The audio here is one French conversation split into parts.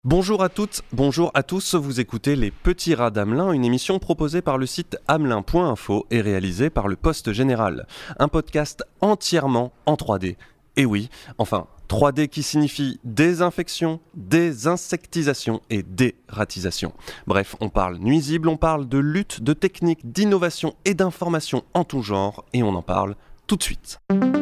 Bonjour à toutes, bonjour à tous, vous écoutez Les Petits Rats d'Hamelin, une émission proposée par le site hamelin.info et réalisée par le Poste Général. Un podcast entièrement en 3D. Et oui, enfin, 3D qui signifie désinfection, désinsectisation et dératisation. Bref, on parle nuisible, on parle de lutte, de technique, d'innovation et d'information en tout genre, et on en parle tout de suite.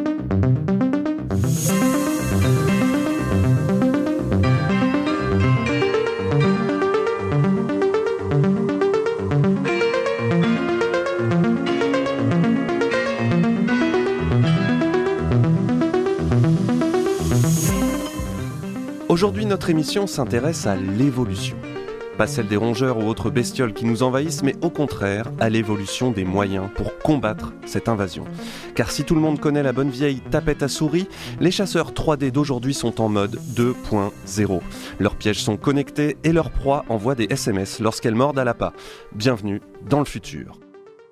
Aujourd'hui, notre émission s'intéresse à l'évolution. Pas celle des rongeurs ou autres bestioles qui nous envahissent, mais au contraire, à l'évolution des moyens pour combattre cette invasion. Car si tout le monde connaît la bonne vieille tapette à souris, les chasseurs 3D d'aujourd'hui sont en mode 2.0. Leurs pièges sont connectés et leurs proies envoient des SMS lorsqu'elles mordent à l'appât. Bienvenue dans le futur.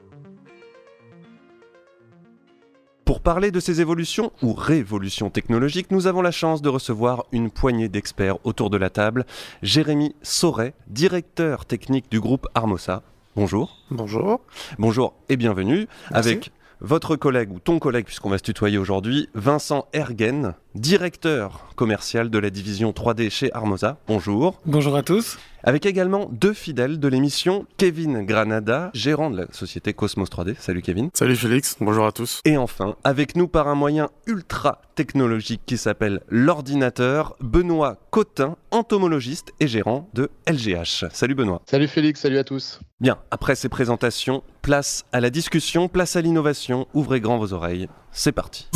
Pour parler de ces évolutions ou révolutions technologiques, nous avons la chance de recevoir une poignée d'experts autour de la table. Jérémy Sauret, directeur technique du groupe Armosa. Bonjour. Bonjour. Bonjour et bienvenue. Merci. Avec votre collègue ou ton collègue, puisqu'on va se tutoyer aujourd'hui, Vincent Ergen, directeur commercial de la division 3D chez Armosa. Bonjour. Bonjour à tous. Avec également deux fidèles de l'émission, Kevin Granada, gérant de la société Cosmos 3D. Salut Kevin. Salut Félix, bonjour à tous. Et enfin, avec nous par un moyen ultra technologique qui s'appelle l'ordinateur, Benoît Cotin, entomologiste et gérant de LGH. Salut Benoît. Salut Félix, salut à tous. Bien, après ces présentations, place à la discussion, place à l'innovation. Ouvrez grand vos oreilles, c'est parti.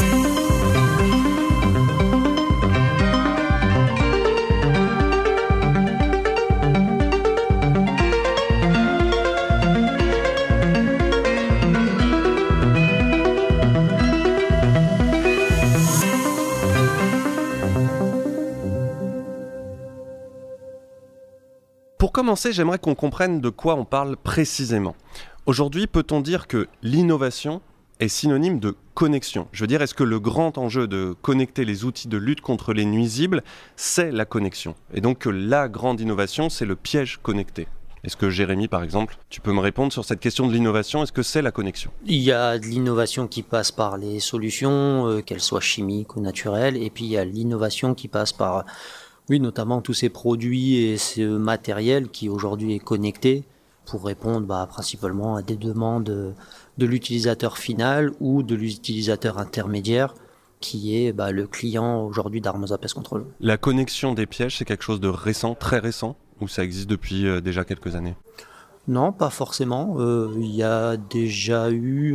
Pour commencer, j'aimerais qu'on comprenne de quoi on parle précisément. Aujourd'hui, peut-on dire que l'innovation est synonyme de connexion ? Je veux dire, est-ce que le grand enjeu de connecter les outils de lutte contre les nuisibles, c'est la connexion ? Et donc que la grande innovation, c'est le piège connecté ? Est-ce que Jérémy, par exemple, tu peux me répondre sur cette question de l'innovation ? Est-ce que c'est la connexion ? Il y a de l'innovation qui passe par les solutions, qu'elles soient chimiques ou naturelles, et puis il y a l'innovation qui passe par... Oui, notamment tous ces produits et ce matériel qui aujourd'hui est connecté pour répondre principalement à des demandes de l'utilisateur final ou de l'utilisateur intermédiaire qui est le client aujourd'hui d'Armosa Pest Control. La connexion des pièges, c'est quelque chose de récent, très récent, ou ça existe depuis déjà quelques années ? Non, pas forcément. Il y a déjà eu...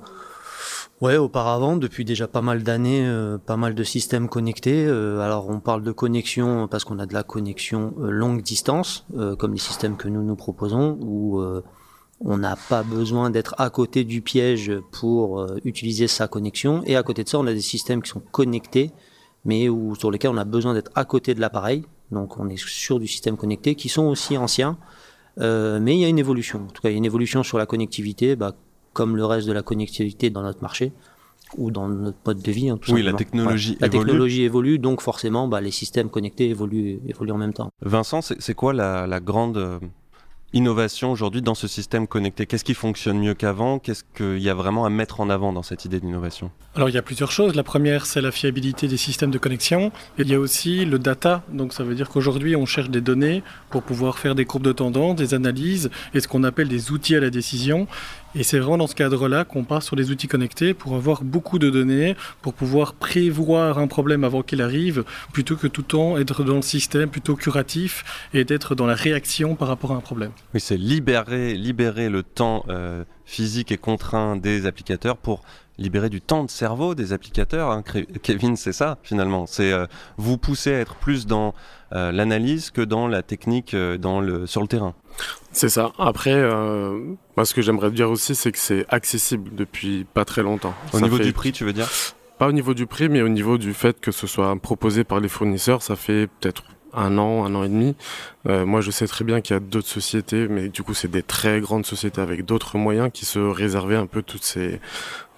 auparavant, depuis déjà pas mal d'années, pas mal de systèmes connectés. Alors on parle de connexion parce qu'on a de la connexion longue distance, comme les systèmes que nous proposons, où on n'a pas besoin d'être à côté du piège pour utiliser sa connexion. Et à côté de ça, on a des systèmes qui sont connectés, mais sur lesquels on a besoin d'être à côté de l'appareil. Donc on est sur du système connecté, qui sont aussi anciens, mais il y a une évolution. En tout cas, il y a une évolution sur la connectivité, comme le reste de la connectivité dans notre marché ou dans notre mode de vie. Oui, la technologie évolue. La technologie évolue, donc forcément, les systèmes connectés évoluent en même temps. Vincent, c'est quoi la grande innovation aujourd'hui dans ce système connecté ? Qu'est-ce qui fonctionne mieux qu'avant ? Qu'est-ce qu'il y a vraiment à mettre en avant dans cette idée d'innovation ? Alors il y a plusieurs choses. La première, c'est la fiabilité des systèmes de connexion. Et il y a aussi le data. Donc ça veut dire qu'aujourd'hui, on cherche des données pour pouvoir faire des courbes de tendance, des analyses et ce qu'on appelle des outils à la décision. Et c'est vraiment dans ce cadre-là qu'on part sur les outils connectés pour avoir beaucoup de données, pour pouvoir prévoir un problème avant qu'il arrive, plutôt que tout le temps être dans le système plutôt curatif et d'être dans la réaction par rapport à un problème. Oui, c'est libérer le temps physique et contraint des applicateurs pour libérer du temps de cerveau des applicateurs. Hein. Kevin, c'est ça finalement. C'est vous pousser à être plus dans l'analyse que dans la technique sur le terrain. C'est ça. Après, ce que j'aimerais dire aussi, c'est que c'est accessible depuis pas très longtemps. Au niveau du prix, tu veux dire ? Pas au niveau du prix, mais au niveau du fait que ce soit proposé par les fournisseurs, ça fait peut-être un an et demi. Moi, je sais très bien qu'il y a d'autres sociétés, mais du coup, c'est des très grandes sociétés avec d'autres moyens qui se réservaient un peu toutes ces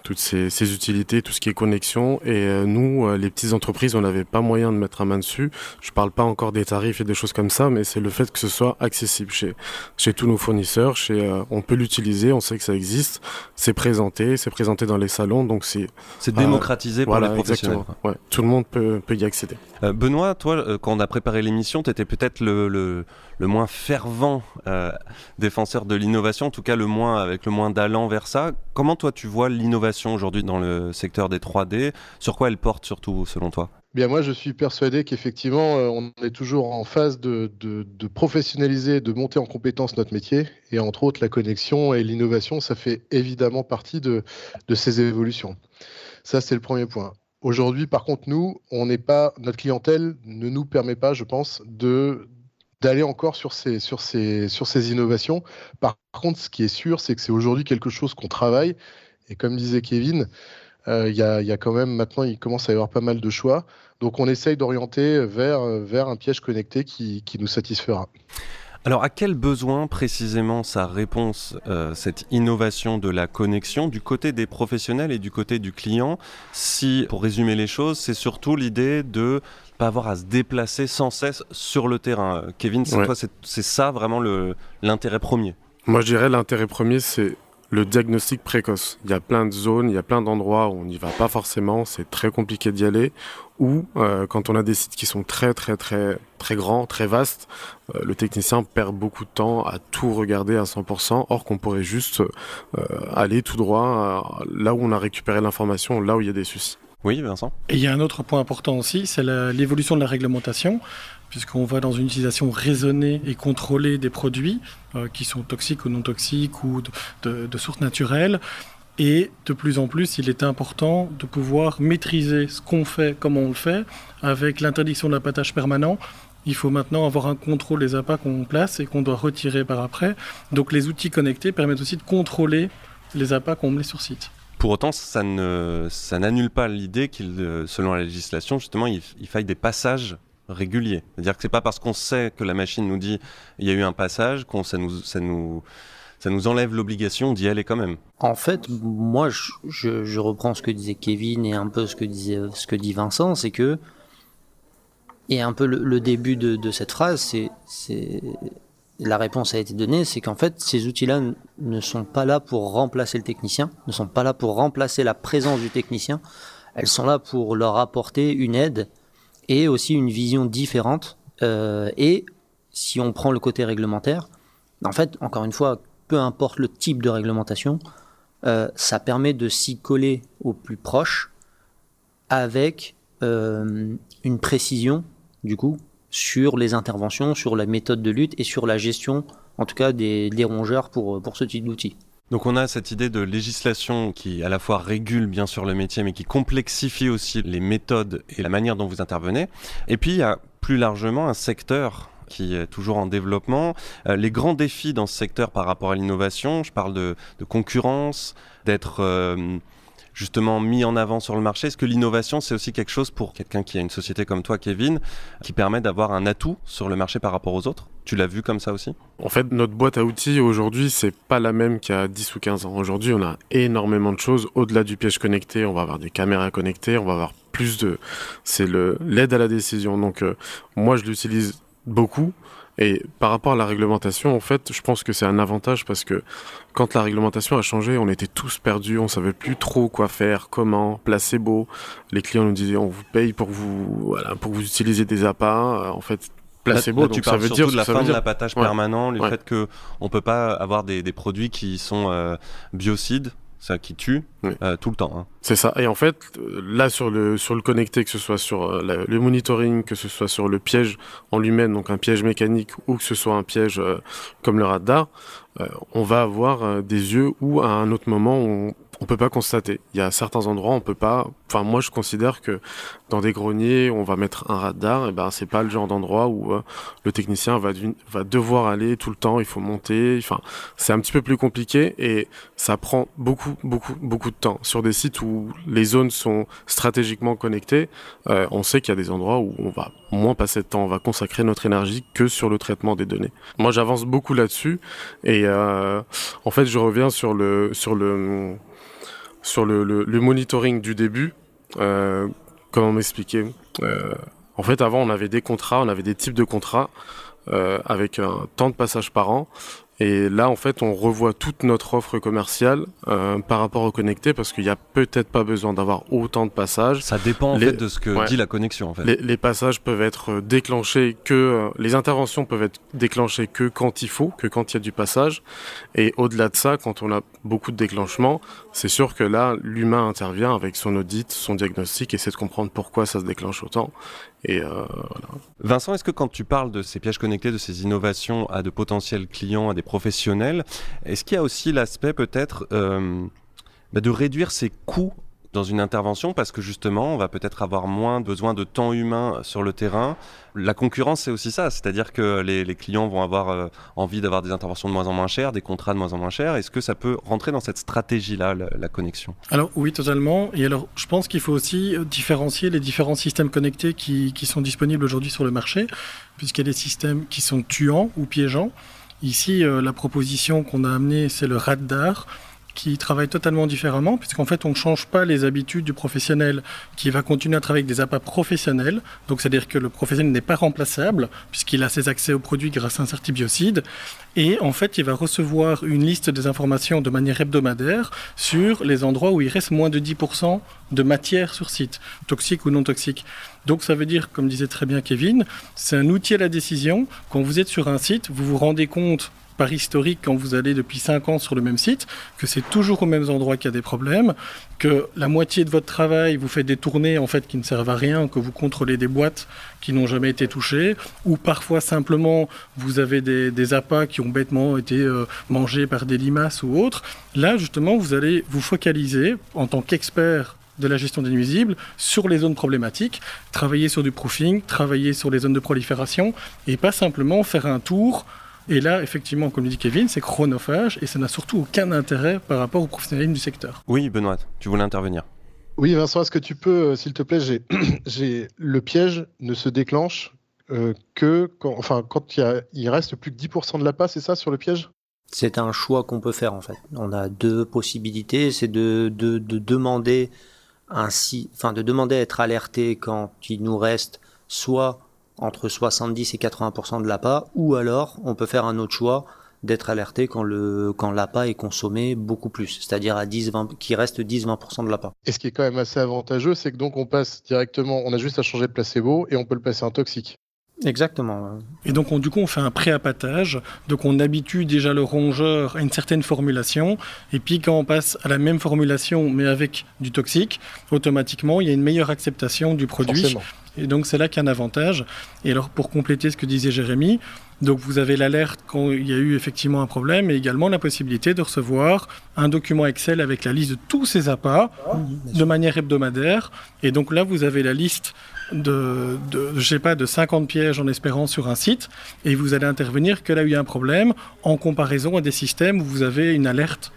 toutes ces utilités, tout ce qui est connexion. Et nous, les petites entreprises, on n'avait pas moyen de mettre la main dessus. Je parle pas encore des tarifs et des choses comme ça, mais c'est le fait que ce soit accessible chez tous nos fournisseurs. On peut l'utiliser, on sait que ça existe. C'est présenté dans les salons, donc c'est démocratisé pour les professionnels. Ouais, tout le monde peut y accéder. Benoît, toi, quand on a préparé l'émission, tu étais peut-être le moins fervent défenseur de l'innovation, en tout cas avec le moins d'allant vers ça. Comment toi tu vois l'innovation aujourd'hui dans le secteur des 3D ? Sur quoi elle porte surtout selon toi ? Bien, moi, je suis persuadé qu'effectivement, on est toujours en phase de professionnaliser, de monter en compétence notre métier. Et entre autres, la connexion et l'innovation, ça fait évidemment partie de ces évolutions. Ça, c'est le premier point. Aujourd'hui, par contre, notre clientèle ne nous permet pas, je pense, d'aller encore sur ces innovations. Par contre, ce qui est sûr, c'est que c'est aujourd'hui quelque chose qu'on travaille. Et comme disait Kevin, il y a quand même maintenant, il commence à y avoir pas mal de choix. Donc, on essaye d'orienter vers un piège connecté qui nous satisfera. Alors, à quel besoin précisément ça répond cette innovation de la connexion du côté des professionnels et du côté du client ? Si, pour résumer les choses, c'est surtout l'idée de pas avoir à se déplacer sans cesse sur le terrain. Kevin, toi, c'est ça vraiment l'intérêt premier ? Moi, je dirais l'intérêt premier, c'est le diagnostic précoce. Il y a plein de zones, il y a plein d'endroits où on n'y va pas forcément, c'est très compliqué d'y aller. Ou quand on a des sites qui sont très très très très grands, très vastes, le technicien perd beaucoup de temps à tout regarder à 100%, or qu'on pourrait juste aller tout droit là où on a récupéré l'information, là où il y a des soucis. Oui, Vincent. Et il y a un autre point important aussi, c'est l'évolution de la réglementation, puisqu'on va dans une utilisation raisonnée et contrôlée des produits qui sont toxiques ou non toxiques ou de sources naturelles. Et de plus en plus, il est important de pouvoir maîtriser ce qu'on fait, comment on le fait. Avec l'interdiction de l'appâtage permanent, il faut maintenant avoir un contrôle des appâts qu'on place et qu'on doit retirer par après. Donc les outils connectés permettent aussi de contrôler les appâts qu'on met sur site. Pour autant, ça n'annule pas l'idée qu'il, selon la législation, justement, il faille des passages régulier. C'est-à-dire que c'est pas parce qu'on sait que la machine nous dit il y a eu un passage ça nous enlève l'obligation d'y aller quand même. En fait, moi, je reprends ce que disait Kevin et un peu ce que dit Vincent, c'est que, et un peu le début de cette phrase, c'est la réponse a été donnée, c'est qu'en fait, ces outils-là ne sont pas là pour remplacer le technicien, ne sont pas là pour remplacer la présence du technicien, elles sont là pour leur apporter une aide et aussi une vision différente. Et si on prend le côté réglementaire, en fait, encore une fois, peu importe le type de réglementation, ça permet de s'y coller au plus proche avec une précision, du coup, sur les interventions, sur la méthode de lutte et sur la gestion, en tout cas, des rongeurs pour ce type d'outils. Donc on a cette idée de législation qui à la fois régule bien sûr le métier mais qui complexifie aussi les méthodes et la manière dont vous intervenez. Et puis il y a plus largement un secteur qui est toujours en développement. Les grands défis dans ce secteur par rapport à l'innovation, je parle de concurrence, d'être justement mis en avant sur le marché. Est-ce que l'innovation, c'est aussi quelque chose pour quelqu'un qui a une société comme toi, Kevin, qui permet d'avoir un atout sur le marché par rapport aux autres ? Tu l'as vu comme ça aussi ? En fait, notre boîte à outils, aujourd'hui, c'est pas la même qu'il y a 10 ou 15 ans. Aujourd'hui, on a énormément de choses. Au-delà du piège connecté, on va avoir des caméras connectées, on va avoir c'est l'aide à la décision. Donc, moi, je l'utilise beaucoup. Et par rapport à la réglementation, en fait, je pense que c'est un avantage parce que quand la réglementation a changé, on était tous perdus, on savait plus trop quoi faire, comment, placebo. Les clients nous disaient, on vous paye pour vous utilisiez des appâts. En fait, placebo, là, donc tu parles ça veut surtout dire de la fin de l'appâtage permanent, le Ouais. fait qu'on peut pas avoir des produits qui sont biocides, ça qui tue tout le temps. Hein. C'est ça. Et en fait, là, sur le connecté, que ce soit sur le monitoring, que ce soit sur le piège en lui-même, donc un piège mécanique, ou que ce soit un piège comme le radar, on va avoir des yeux où, à un autre moment, on peut pas constater. Il y a certains endroits, on peut pas... Enfin, moi, je considère que dans des greniers, on va mettre un radar, et ben, c'est pas le genre d'endroit où le technicien va devoir aller tout le temps, il faut monter. Enfin, c'est un petit peu plus compliqué et ça prend beaucoup de temps. Sur des sites où les zones sont stratégiquement connectées, on sait qu'il y a des endroits où on va moins passer de temps, on va consacrer notre énergie que sur le traitement des données. Moi, j'avance beaucoup là-dessus et en fait, je reviens sur sur le monitoring du début, comment m'expliquer en fait, avant, on avait des contrats, on avait des types de contrats avec un temps de passage par an. Et là, en fait, on revoit toute notre offre commerciale par rapport au connecté parce qu'il n'y a peut-être pas besoin d'avoir autant de passages. Ça dépend en fait de ce que dit la connexion. En fait. Les passages peuvent être déclenchés les interventions peuvent être déclenchées que quand il faut, que quand il y a du passage. Et au-delà de ça, quand on a beaucoup de déclenchements, c'est sûr que là, l'humain intervient avec son audit, son diagnostic, essaie de comprendre pourquoi ça se déclenche autant. Et voilà. Vincent, est-ce que quand tu parles de ces pièges connectés, de ces innovations à de potentiels clients, à des professionnels, est-ce qu'il y a aussi l'aspect peut-être de réduire ses coûts dans une intervention parce que justement on va peut-être avoir moins besoin de temps humain sur le terrain. La concurrence c'est aussi ça, c'est-à-dire que les clients vont avoir envie d'avoir des interventions de moins en moins chères, des contrats de moins en moins chers. Est-ce que ça peut rentrer dans cette stratégie-là, la connexion ? Alors oui, totalement. Et alors je pense qu'il faut aussi différencier les différents systèmes connectés qui sont disponibles aujourd'hui sur le marché, puisqu'il y a des systèmes qui sont tuants ou piégeants. Ici, la proposition qu'on a amenée, c'est le radar, qui travaille totalement différemment, puisqu'en fait, on ne change pas les habitudes du professionnel qui va continuer à travailler avec des appâts professionnels. Donc, c'est-à-dire que le professionnel n'est pas remplaçable, puisqu'il a ses accès aux produits grâce à un certibiocide. Et en fait, il va recevoir une liste des informations de manière hebdomadaire sur les endroits où il reste moins de 10% de matière sur site, toxique ou non toxique. Donc, ça veut dire, comme disait très bien Kevin, c'est un outil à la décision. Quand vous êtes sur un site, vous vous rendez compte par historique, quand vous allez depuis 5 ans sur le même site, que c'est toujours aux mêmes endroits qu'il y a des problèmes, que la moitié de votre travail, vous faites des tournées en fait, qui ne servent à rien, que vous contrôlez des boîtes qui n'ont jamais été touchées, ou parfois simplement vous avez des appâts qui ont bêtement été mangés par des limaces ou autres. Là, justement, vous allez vous focaliser en tant qu'expert de la gestion des nuisibles sur les zones problématiques, travailler sur du proofing, travailler sur les zones de prolifération, et pas simplement faire un tour. Et là, effectivement, comme le dit Kevin, c'est chronophage et ça n'a surtout aucun intérêt par rapport au professionnalisme du secteur. Oui, Benoît, tu voulais intervenir. Oui, Vincent, est-ce que tu peux, s'il te plaît, le piège ne se déclenche que quand il reste plus que 10% de l'appât, c'est ça, sur le piège ? C'est un choix qu'on peut faire, en fait. On a deux possibilités, c'est de demander de demander à être alerté quand il nous reste soit entre 70 et 80% de l'appât, ou alors on peut faire un autre choix d'être alerté quand l'appât est consommé beaucoup plus, c'est-à-dire qu'il reste 10-20% de l'appât. Et ce qui est quand même assez avantageux, c'est que donc on passe directement, on a juste à changer de placebo et on peut le passer en toxique. Exactement. Et donc du coup on fait un pré-appâtage, donc on habitue déjà le rongeur à une certaine formulation, et puis quand on passe à la même formulation mais avec du toxique, automatiquement il y a une meilleure acceptation du produit. Forcément. Et donc c'est là qu'il y a un avantage. Et alors pour compléter ce que disait Jérémy, donc vous avez l'alerte quand il y a eu effectivement un problème, et également la possibilité de recevoir un document Excel avec la liste de tous ces appâts de manière hebdomadaire. Et donc là vous avez la liste de 50 pièges en espérance sur un site, et vous allez intervenir que là où il y a un problème, en comparaison à des systèmes où vous avez une alerte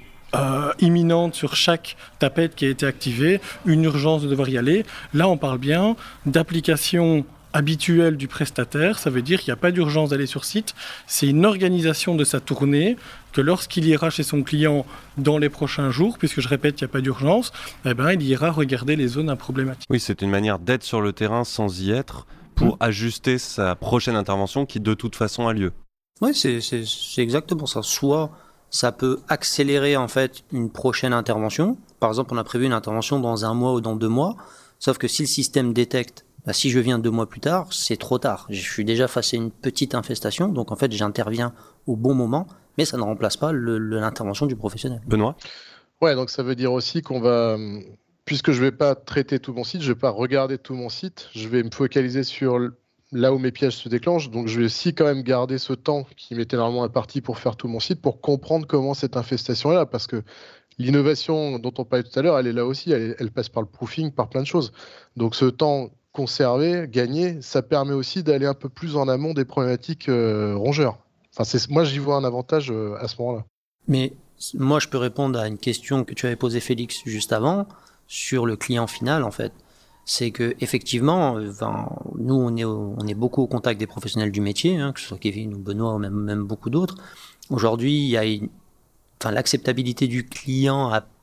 imminente sur chaque tapette qui a été activée, une urgence de devoir y aller. Là, on parle bien d'application habituelle du prestataire, ça veut dire qu'il n'y a pas d'urgence d'aller sur site, c'est une organisation de sa tournée, que lorsqu'il ira chez son client dans les prochains jours, puisque je répète qu'il n'y a pas d'urgence, il ira regarder les zones problématiques. Oui, c'est une manière d'être sur le terrain sans y être pour ajuster sa prochaine intervention qui de toute façon a lieu. Oui, c'est exactement ça. Soit ça peut accélérer en fait une prochaine intervention. Par exemple, on a prévu une intervention dans 1 mois ou dans 2 mois, sauf que si le système détecte, si je viens 2 mois plus tard, c'est trop tard. Je suis déjà face à une petite infestation, donc en fait j'interviens au bon moment, mais ça ne remplace pas l'intervention du professionnel. Benoît ? Ouais, donc ça veut dire aussi qu'on va, puisque je ne vais pas traiter tout mon site, je ne vais pas regarder tout mon site, je vais me focaliser sur là où mes pièges se déclenchent, donc je vais aussi quand même garder ce temps qui m'était normalement imparti pour faire tout mon site, pour comprendre comment cette infestation est là, parce que l'innovation dont on parlait tout à l'heure, elle est là aussi, elle passe par le proofing, par plein de choses. Donc ce temps conservé, gagné, ça permet aussi d'aller un peu plus en amont des problématiques rongeurs. Moi, j'y vois un avantage à ce moment-là. Mais moi, je peux répondre à une question que tu avais posée, Félix, juste avant, sur le client final, en fait. C'est que effectivement, nous on est beaucoup au contact des professionnels du métier, que ce soit Kevin ou Benoît ou même beaucoup d'autres. Aujourd'hui, il y a l'acceptabilité du client a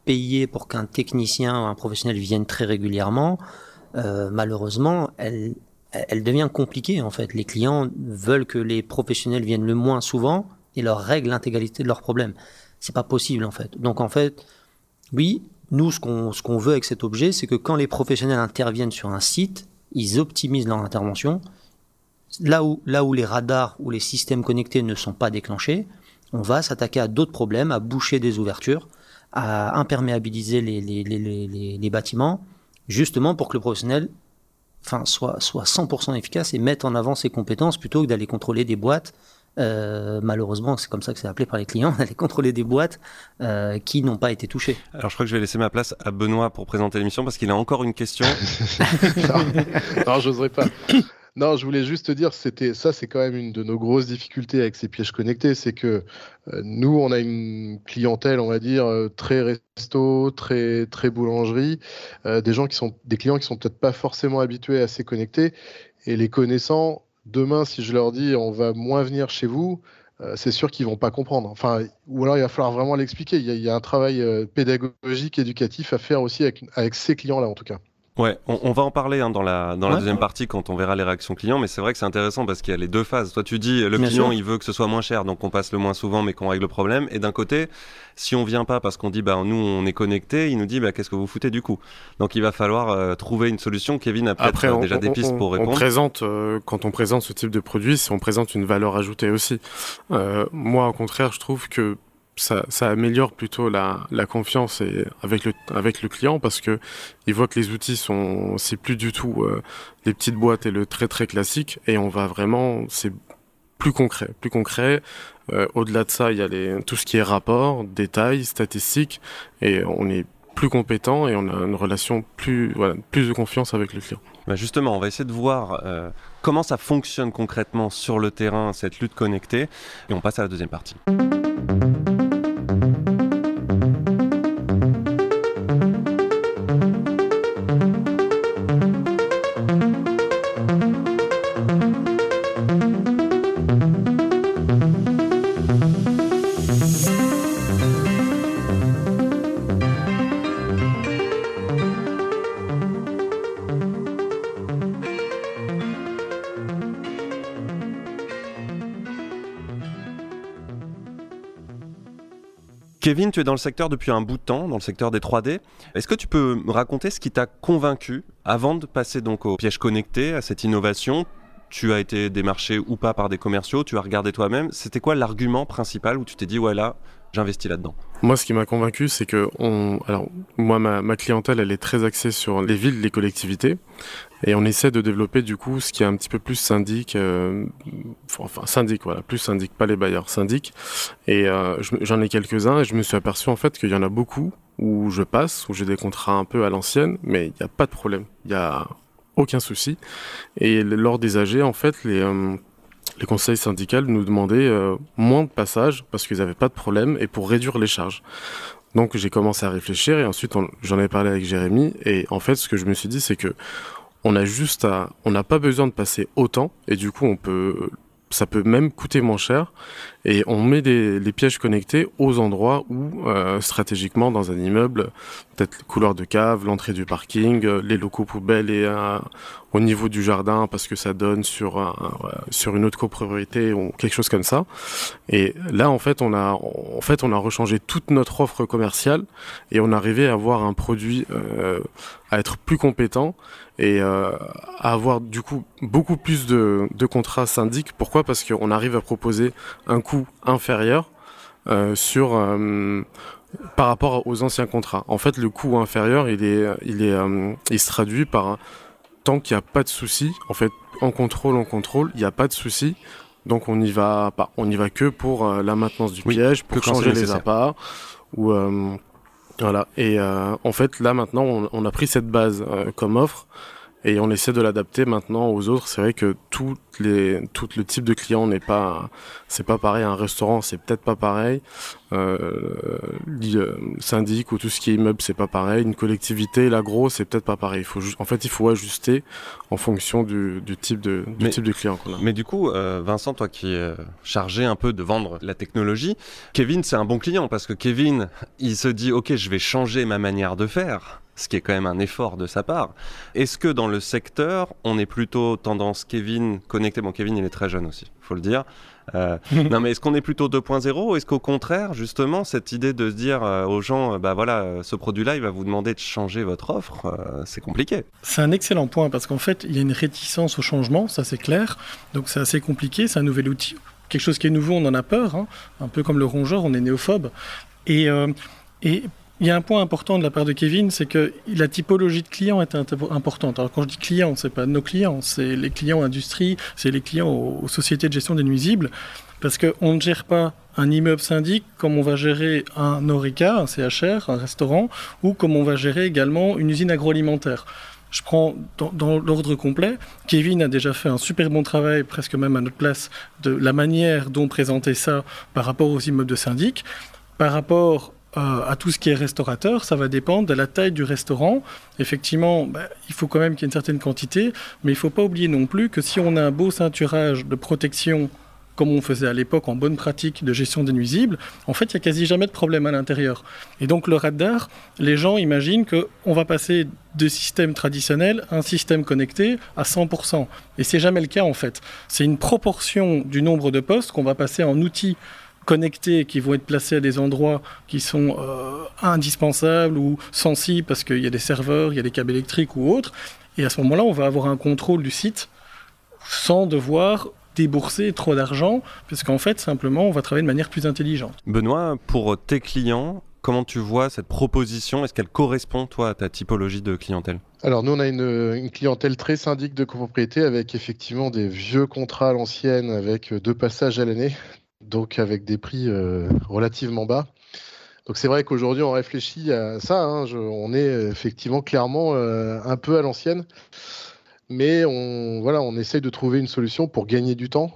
payer pour qu'un technicien ou un professionnel vienne très régulièrement, malheureusement, elle devient compliquée en fait. Les clients veulent que les professionnels viennent le moins souvent et leur règlent l'intégralité de leurs problèmes. C'est pas possible en fait. Donc en fait, oui, nous ce qu'on veut avec cet objet, c'est que quand les professionnels interviennent sur un site, ils optimisent leur intervention. Là où les radars ou les systèmes connectés ne sont pas déclenchés, on va s'attaquer à d'autres problèmes, à boucher des ouvertures, à imperméabiliser les bâtiments, justement pour que le professionnel soit 100% efficace et mette en avant ses compétences plutôt que d'aller contrôler des boîtes. Malheureusement, c'est comme ça que c'est appelé par les clients, d'aller contrôler des boîtes qui n'ont pas été touchées. Alors je crois que je vais laisser ma place à Benoît pour présenter l'émission parce qu'il a encore une question. non, j'oserais pas. Non, je voulais juste te dire, c'est quand même une de nos grosses difficultés avec ces pièges connectés, c'est que nous, on a une clientèle, on va dire, très resto, très boulangerie, des clients qui sont peut-être pas forcément habitués à ces connectés, et les connaissant, demain, si je leur dis, on va moins venir chez vous, c'est sûr qu'ils vont pas comprendre. Enfin, ou alors il va falloir vraiment l'expliquer. Il y a un travail pédagogique, éducatif à faire aussi avec ces clients-là, en tout cas. Ouais, on va en parler dans la deuxième partie quand on verra les réactions clients, mais c'est vrai que c'est intéressant parce qu'il y a les deux phases. Toi tu dis le client il veut que ce soit moins cher, donc on passe le moins souvent mais qu'on règle le problème, et d'un côté si on vient pas parce qu'on dit nous on est connecté, il nous dit qu'est-ce que vous foutez du coup. Donc il va falloir trouver une solution. Kevin a peut-être déjà des pistes pour répondre. Quand on présente ce type de produit, on présente une valeur ajoutée aussi. Moi au contraire je trouve que ça améliore plutôt la confiance avec le client, parce que il voit que les outils c'est plus du tout les petites boîtes et le très très classique, et on va vraiment, c'est plus concret. Au-delà de ça, il y a tout ce qui est rapport, détails, statistiques, et on est plus compétent et on a une relation plus de confiance avec le client. Justement, on va essayer de voir comment ça fonctionne concrètement sur le terrain, cette lutte connectée, et on passe à la deuxième partie. Kevin, tu es dans le secteur depuis un bout de temps, dans le secteur des 3D. Est-ce que tu peux me raconter ce qui t'a convaincu avant de passer donc au piège connecté, à cette innovation? Tu as été démarché ou pas par des commerciaux, tu as regardé toi-même. C'était quoi l'argument principal où tu t'es dit là, j'investis là-dedans? Moi, ce qui m'a convaincu, c'est que moi, ma clientèle, elle est très axée sur les villes, les collectivités, et on essaie de développer du coup ce qui est un petit peu plus syndic, plus syndic, pas les bailleurs, syndic. Et j'en ai quelques-uns, et je me suis aperçu en fait qu'il y en a beaucoup où je passe, où j'ai des contrats un peu à l'ancienne, mais il n'y a pas de problème, il y a aucun souci. Et lors des AG, en fait, les conseils syndicaux nous demandaient moins de passages parce qu'ils n'avaient pas de problème et pour réduire les charges. Donc j'ai commencé à réfléchir, et ensuite j'en ai parlé avec Jérémy, et en fait ce que je me suis dit, c'est que on n'a pas besoin de passer autant, et du coup ça peut même coûter moins cher, et on met les pièges connectés aux endroits où stratégiquement dans un immeuble, peut-être le couloir de cave, l'entrée du parking, les locaux poubelles, et au niveau du jardin parce que ça donne sur une autre copropriété ou quelque chose comme ça. Et là en fait on a rechangé toute notre offre commerciale, et on arrivait à avoir un produit à être plus compétent et à avoir du coup beaucoup plus de contrats syndics. Pourquoi ? Parce qu'on arrive à proposer un coût inférieur par rapport aux anciens contrats. En fait, le coût inférieur, il se traduit par tant qu'il n'y a pas de souci. En fait, en contrôle, il n'y a pas de souci. Donc on y va pas. On y va que pour la maintenance du piège, pour changer les apparts, ou voilà. Et en fait, là maintenant, on a pris cette base comme offre. et on essaie de l'adapter maintenant aux autres. C'est vrai que tout le type de client c'est pas pareil. Un restaurant, c'est peut-être pas pareil. Syndic ou tout ce qui est immeuble, c'est pas pareil. Une collectivité, l'agro, c'est peut-être pas pareil. Il faut ajuster en fonction du type de client qu'on a. Mais du coup, Vincent, toi qui es chargé un peu de vendre la technologie, Kevin, c'est un bon client parce que Kevin, il se dit, ok, je vais changer ma manière de faire. Ce qui est quand même un effort de sa part. Est-ce que dans le secteur, on est plutôt tendance Kevin connecté? Bon, Kevin, il est très jeune aussi, il faut le dire. Non, mais est-ce qu'on est plutôt 2.0 ou est-ce qu'au contraire, justement, cette idée de se dire aux gens, ce produit-là, il va vous demander de changer votre offre, c'est compliqué. C'est un excellent point parce qu'en fait, il y a une réticence au changement, ça c'est clair. Donc c'est assez compliqué, c'est un nouvel outil. Quelque chose qui est nouveau, on en a peur. Un peu comme le rongeur, on est néophobe. Et il y a un point important de la part de Kevin, c'est que la typologie de clients est importante. Alors quand je dis clients, c'est pas nos clients, c'est les clients industrie, c'est les clients aux sociétés de gestion des nuisibles, parce qu'on ne gère pas un immeuble syndic comme on va gérer un Horeca, un CHR, un restaurant, ou comme on va gérer également une usine agroalimentaire. Je prends dans l'ordre complet. Kevin a déjà fait un super bon travail, presque même à notre place, de la manière dont présenter ça par rapport aux immeubles de syndic, par rapport à tout ce qui est restaurateur, ça va dépendre de la taille du restaurant. Effectivement, il faut quand même qu'il y ait une certaine quantité, mais il ne faut pas oublier non plus que si on a un beau ceinturage de protection, comme on faisait à l'époque en bonne pratique de gestion des nuisibles, en fait, il n'y a quasi jamais de problème à l'intérieur. Et donc, le radar, les gens imaginent qu'on va passer de système traditionnel à un système connecté à 100%. Et ce n'est jamais le cas, en fait. C'est une proportion du nombre de postes qu'on va passer en outils connectés qui vont être placés à des endroits qui sont indispensables ou sensibles parce qu'il y a des serveurs, il y a des câbles électriques ou autres. Et à ce moment-là, on va avoir un contrôle du site sans devoir débourser trop d'argent parce qu'en fait, simplement, on va travailler de manière plus intelligente. Benoît, pour tes clients, comment tu vois cette proposition? Est-ce qu'elle correspond, toi, à ta typologie de clientèle? Alors nous, on a une clientèle très syndic de copropriété avec effectivement des vieux contrats à l'ancienne avec 2 passages à l'année. Donc avec des prix relativement bas. Donc c'est vrai qu'aujourd'hui on réfléchit à ça, on est effectivement clairement un peu à l'ancienne, mais on essaye de trouver une solution pour gagner du temps.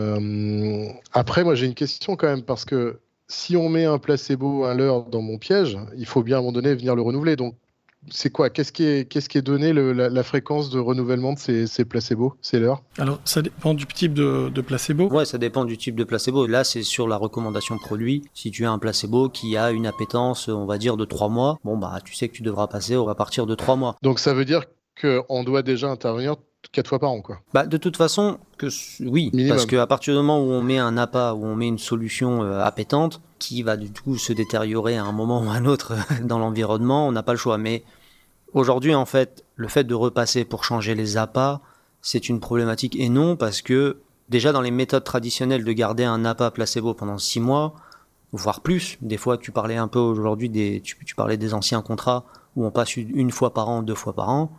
Après moi j'ai une question quand même, parce que si on met un placebo, un leurre dans mon piège, il faut bien à un moment donné venir le renouveler. Donc c'est quoi? Qu'est-ce qui est donné la fréquence de renouvellement de ces placebos, ces leurres? Alors, ça dépend du type de placebo. Ouais, ça dépend du type de placebo. Là, c'est sur la recommandation produit. Si tu as un placebo qui a une appétence, on va dire, de 3 mois, tu sais que tu devras passer à partir de 3 mois. Donc ça veut dire qu'on doit déjà intervenir 4 fois par an, quoi. De toute façon, oui. Minimum. Parce qu'à partir du moment où on met un appât, où on met une solution appétante, qui va du coup se détériorer à un moment ou à un autre dans l'environnement, on n'a pas le choix. Mais aujourd'hui, en fait, le fait de repasser pour changer les appâts, c'est une problématique. Et non, parce que déjà dans les méthodes traditionnelles de garder un appât placebo pendant 6 mois, voire plus, des fois tu parlais un peu aujourd'hui, tu parlais des anciens contrats où on passe 1 fois par an, 2 fois par an,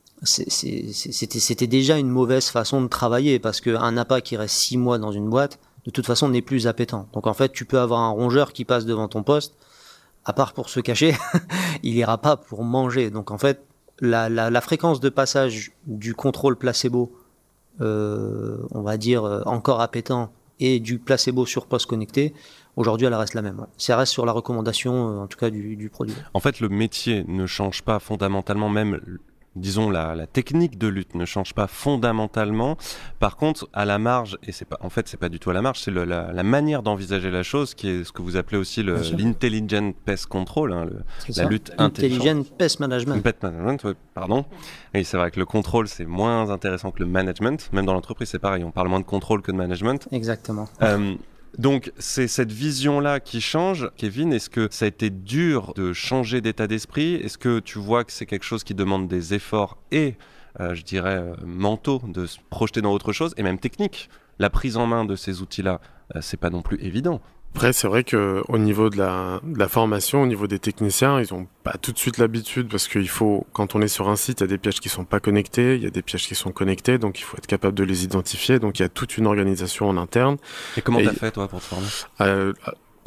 c'était déjà une mauvaise façon de travailler, parce qu'un appât qui reste 6 mois dans une boîte, de toute façon n'est plus appétant. Donc en fait, tu peux avoir un rongeur qui passe devant ton poste, à part pour se cacher, il ira pas pour manger. Donc en fait, la fréquence de passage du contrôle placebo, on va dire encore appétant, et du placebo sur poste connecté, aujourd'hui elle reste la même. Ouais. Ça reste sur la recommandation, en tout cas du produit. En fait, le métier ne change pas fondamentalement, même disons la technique de lutte ne change pas fondamentalement. Par contre, à la marge, et c'est pas du tout à la marge, c'est la manière d'envisager la chose, qui est ce que vous appelez aussi l'intelligent pest control, la lutte intelligente. Intelligent pest management. Pest management, ouais, pardon. Et c'est vrai que le contrôle, c'est moins intéressant que le management. Même dans l'entreprise, c'est pareil, on parle moins de contrôle que de management. Exactement. Donc c'est cette vision-là qui change. Kevin, est-ce que ça a été dur de changer d'état d'esprit? Est-ce que tu vois que c'est quelque chose qui demande des efforts et, je dirais, mentaux, de se projeter dans autre chose, et même technique? La prise en main de ces outils-là, c'est pas non plus évident. Après, c'est vrai qu'au niveau de la formation, au niveau des techniciens, ils ont pas tout de suite l'habitude, parce qu'il faut, quand on est sur un site, il y a des pièges qui sont pas connectés, il y a des pièges qui sont connectés, donc il faut être capable de les identifier. Donc il y a toute une organisation en interne. Et comment t'as fait, toi, pour te former?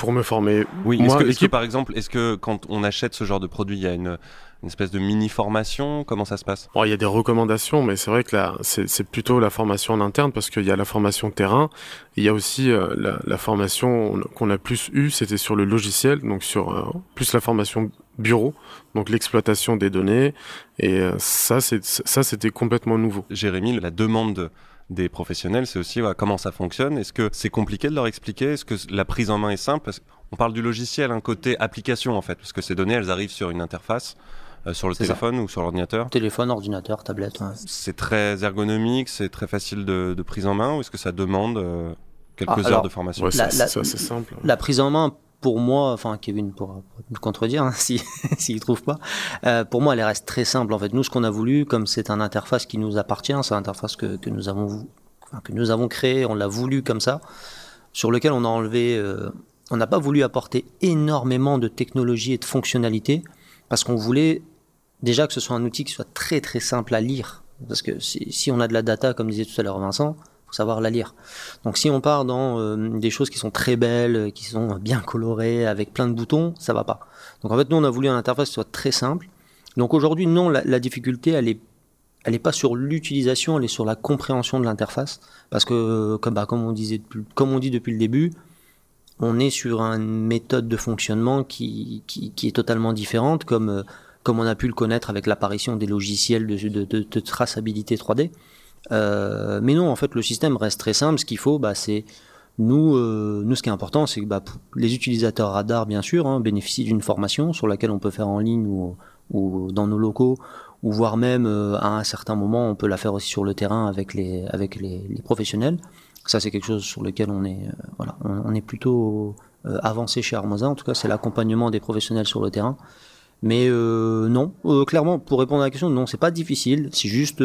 Pour me former. Oui, moi, est-ce que par exemple, quand on achète ce genre de produit, il y a une espèce de mini-formation? Comment ça se passe? Il y a des recommandations, mais c'est vrai que là, c'est plutôt la formation en interne, parce qu'il y a la formation terrain, il y a aussi la formation qu'on a plus eue, c'était sur le logiciel, donc sur plus la formation bureau, donc l'exploitation des données, et ça c'était complètement nouveau. Jérémy, la demande des professionnels, c'est aussi comment ça fonctionne. Est-ce que c'est compliqué de leur expliquer? Est-ce que la prise en main est simple? Parce qu'on parle du logiciel, un côté application en fait, parce que ces données, elles arrivent sur une interface, sur le téléphone ou sur l'ordinateur. Téléphone, ordinateur, tablette. Ouais. C'est très ergonomique, c'est très facile de prise en main, ou est-ce que ça demande quelques heures de formation? Ouais, c'est simple. La prise en main, pour moi, enfin Kevin pourra me contredire s'il trouve pas, pour moi elle reste très simple en fait. Nous ce qu'on a voulu, comme c'est une interface qui nous appartient, c'est une interface que nous avons créée, on l'a voulu comme ça, sur lequel on a enlevé, on n'a pas voulu apporter énormément de technologie et de fonctionnalités, parce qu'on voulait déjà que ce soit un outil qui soit très très simple à lire, parce que si on a de la data, comme disait tout à l'heure Vincent, savoir la lire. Donc si on part dans des choses qui sont très belles, qui sont bien colorées, avec plein de boutons, ça va pas. Donc en fait, nous, on a voulu une interface qui soit très simple. Donc aujourd'hui, non, la difficulté, elle est pas sur l'utilisation, elle est sur la compréhension de l'interface. Parce que, comme on dit depuis le début, on est sur une méthode de fonctionnement qui est totalement différente, comme on a pu le connaître avec l'apparition des logiciels de traçabilité 3D. Mais non, en fait, le système reste très simple. Ce qu'il faut, c'est nous, ce qui est important, c'est que les utilisateurs radar, bien sûr, bénéficient d'une formation sur laquelle on peut faire en ligne ou dans nos locaux, ou voire même à un certain moment, on peut la faire aussi sur le terrain avec les professionnels. Ça, c'est quelque chose sur lequel on est plutôt avancé chez Armoza. En tout cas, c'est l'accompagnement des professionnels sur le terrain. Mais non, clairement, pour répondre à la question, non, c'est pas difficile. C'est juste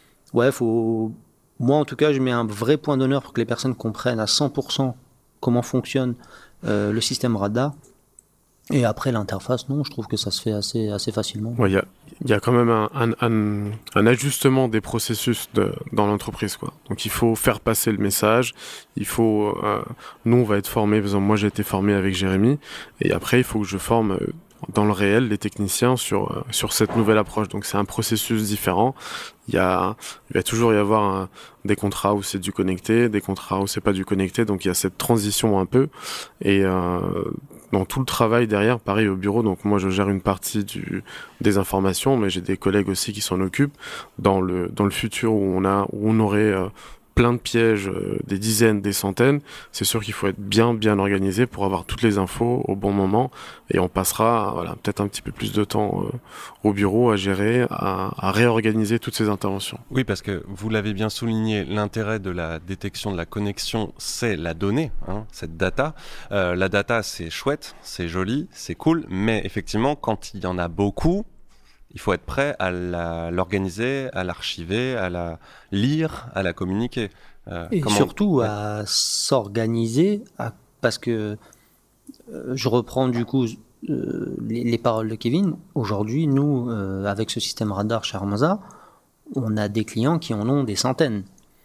moi, en tout cas, je mets un vrai point d'honneur pour que les personnes comprennent à 100% comment fonctionne le système radar. Et après, l'interface, non, je trouve que ça se fait assez facilement. Il y a quand même un ajustement des processus dans l'entreprise, quoi. Donc, il faut faire passer le message. Il faut... nous, on va être formés. Par exemple, moi, j'ai été formé avec Jérémy. Et après, il faut que je forme... dans le réel, les techniciens sur cette nouvelle approche. Donc c'est un processus différent. Il va toujours y avoir des contrats où c'est du connecté, des contrats où c'est pas du connecté. Donc il y a cette transition un peu. Et dans tout le travail derrière, pareil au bureau. Donc moi je gère une partie des informations, mais j'ai des collègues aussi qui s'en occupent. Dans le futur où on aurait plein de pièges, des dizaines, des centaines, c'est sûr qu'il faut être bien organisé pour avoir toutes les infos au bon moment, et on passera peut-être un petit peu plus de temps au bureau à gérer, à réorganiser toutes ces interventions. Oui, parce que vous l'avez bien souligné, l'intérêt de la détection de la connexion, c'est la donnée, cette data. La data, c'est chouette, c'est joli, c'est cool, mais effectivement, quand il y en a beaucoup, il faut être prêt à l'organiser, à l'archiver, à la lire, à la communiquer. Et surtout à s'organiser, parce que je reprends du coup les paroles de Kevin. Aujourd'hui, nous, avec ce système radar chez Armoza, on a des clients qui en ont des centaines.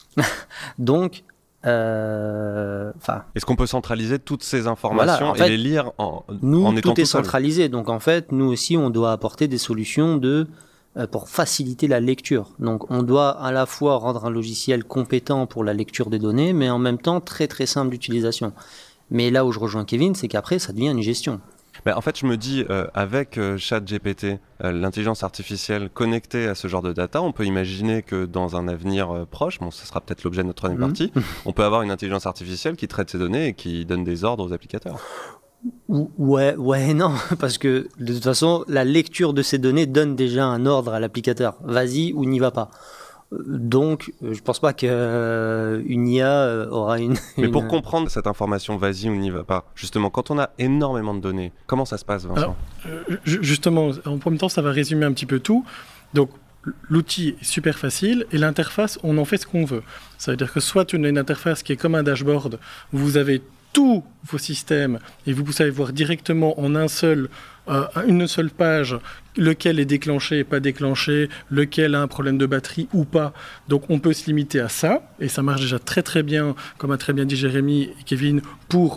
Donc, est-ce qu'on peut centraliser toutes ces informations et les lire en étant tout est centralisé. Donc en fait, nous aussi, on doit apporter des solutions pour faciliter la lecture. Donc on doit à la fois rendre un logiciel compétent pour la lecture des données, mais en même temps très très simple d'utilisation. Mais là où je rejoins Kevin, c'est qu'après, ça devient une gestion. En fait, je me dis, avec ChatGPT, l'intelligence artificielle connectée à ce genre de data, on peut imaginer que dans un avenir proche, ce sera peut-être l'objet de notre troisième partie, on peut avoir une intelligence artificielle qui traite ces données et qui donne des ordres aux applicateurs. Ouais, non, parce que de toute façon, la lecture de ces données donne déjà un ordre à l'applicateur. Vas-y ou n'y va pas. Donc, je pense pas qu'une IA aura une... Mais pour comprendre cette information, vas-y ou n'y va pas, justement, quand on a énormément de données, comment ça se passe, Vincent ? Justement, en premier temps, ça va résumer un petit peu tout. Donc, l'outil est super facile et l'interface, on en fait ce qu'on veut. Ça veut dire que soit on a une interface qui est comme un dashboard, où vous avez tous vos systèmes et vous savez voir directement en une seule page lequel est déclenché et pas déclenché, lequel a un problème de batterie ou pas. Donc on peut se limiter à ça et ça marche déjà très très bien, comme a très bien dit Jérémy et Kevin, pour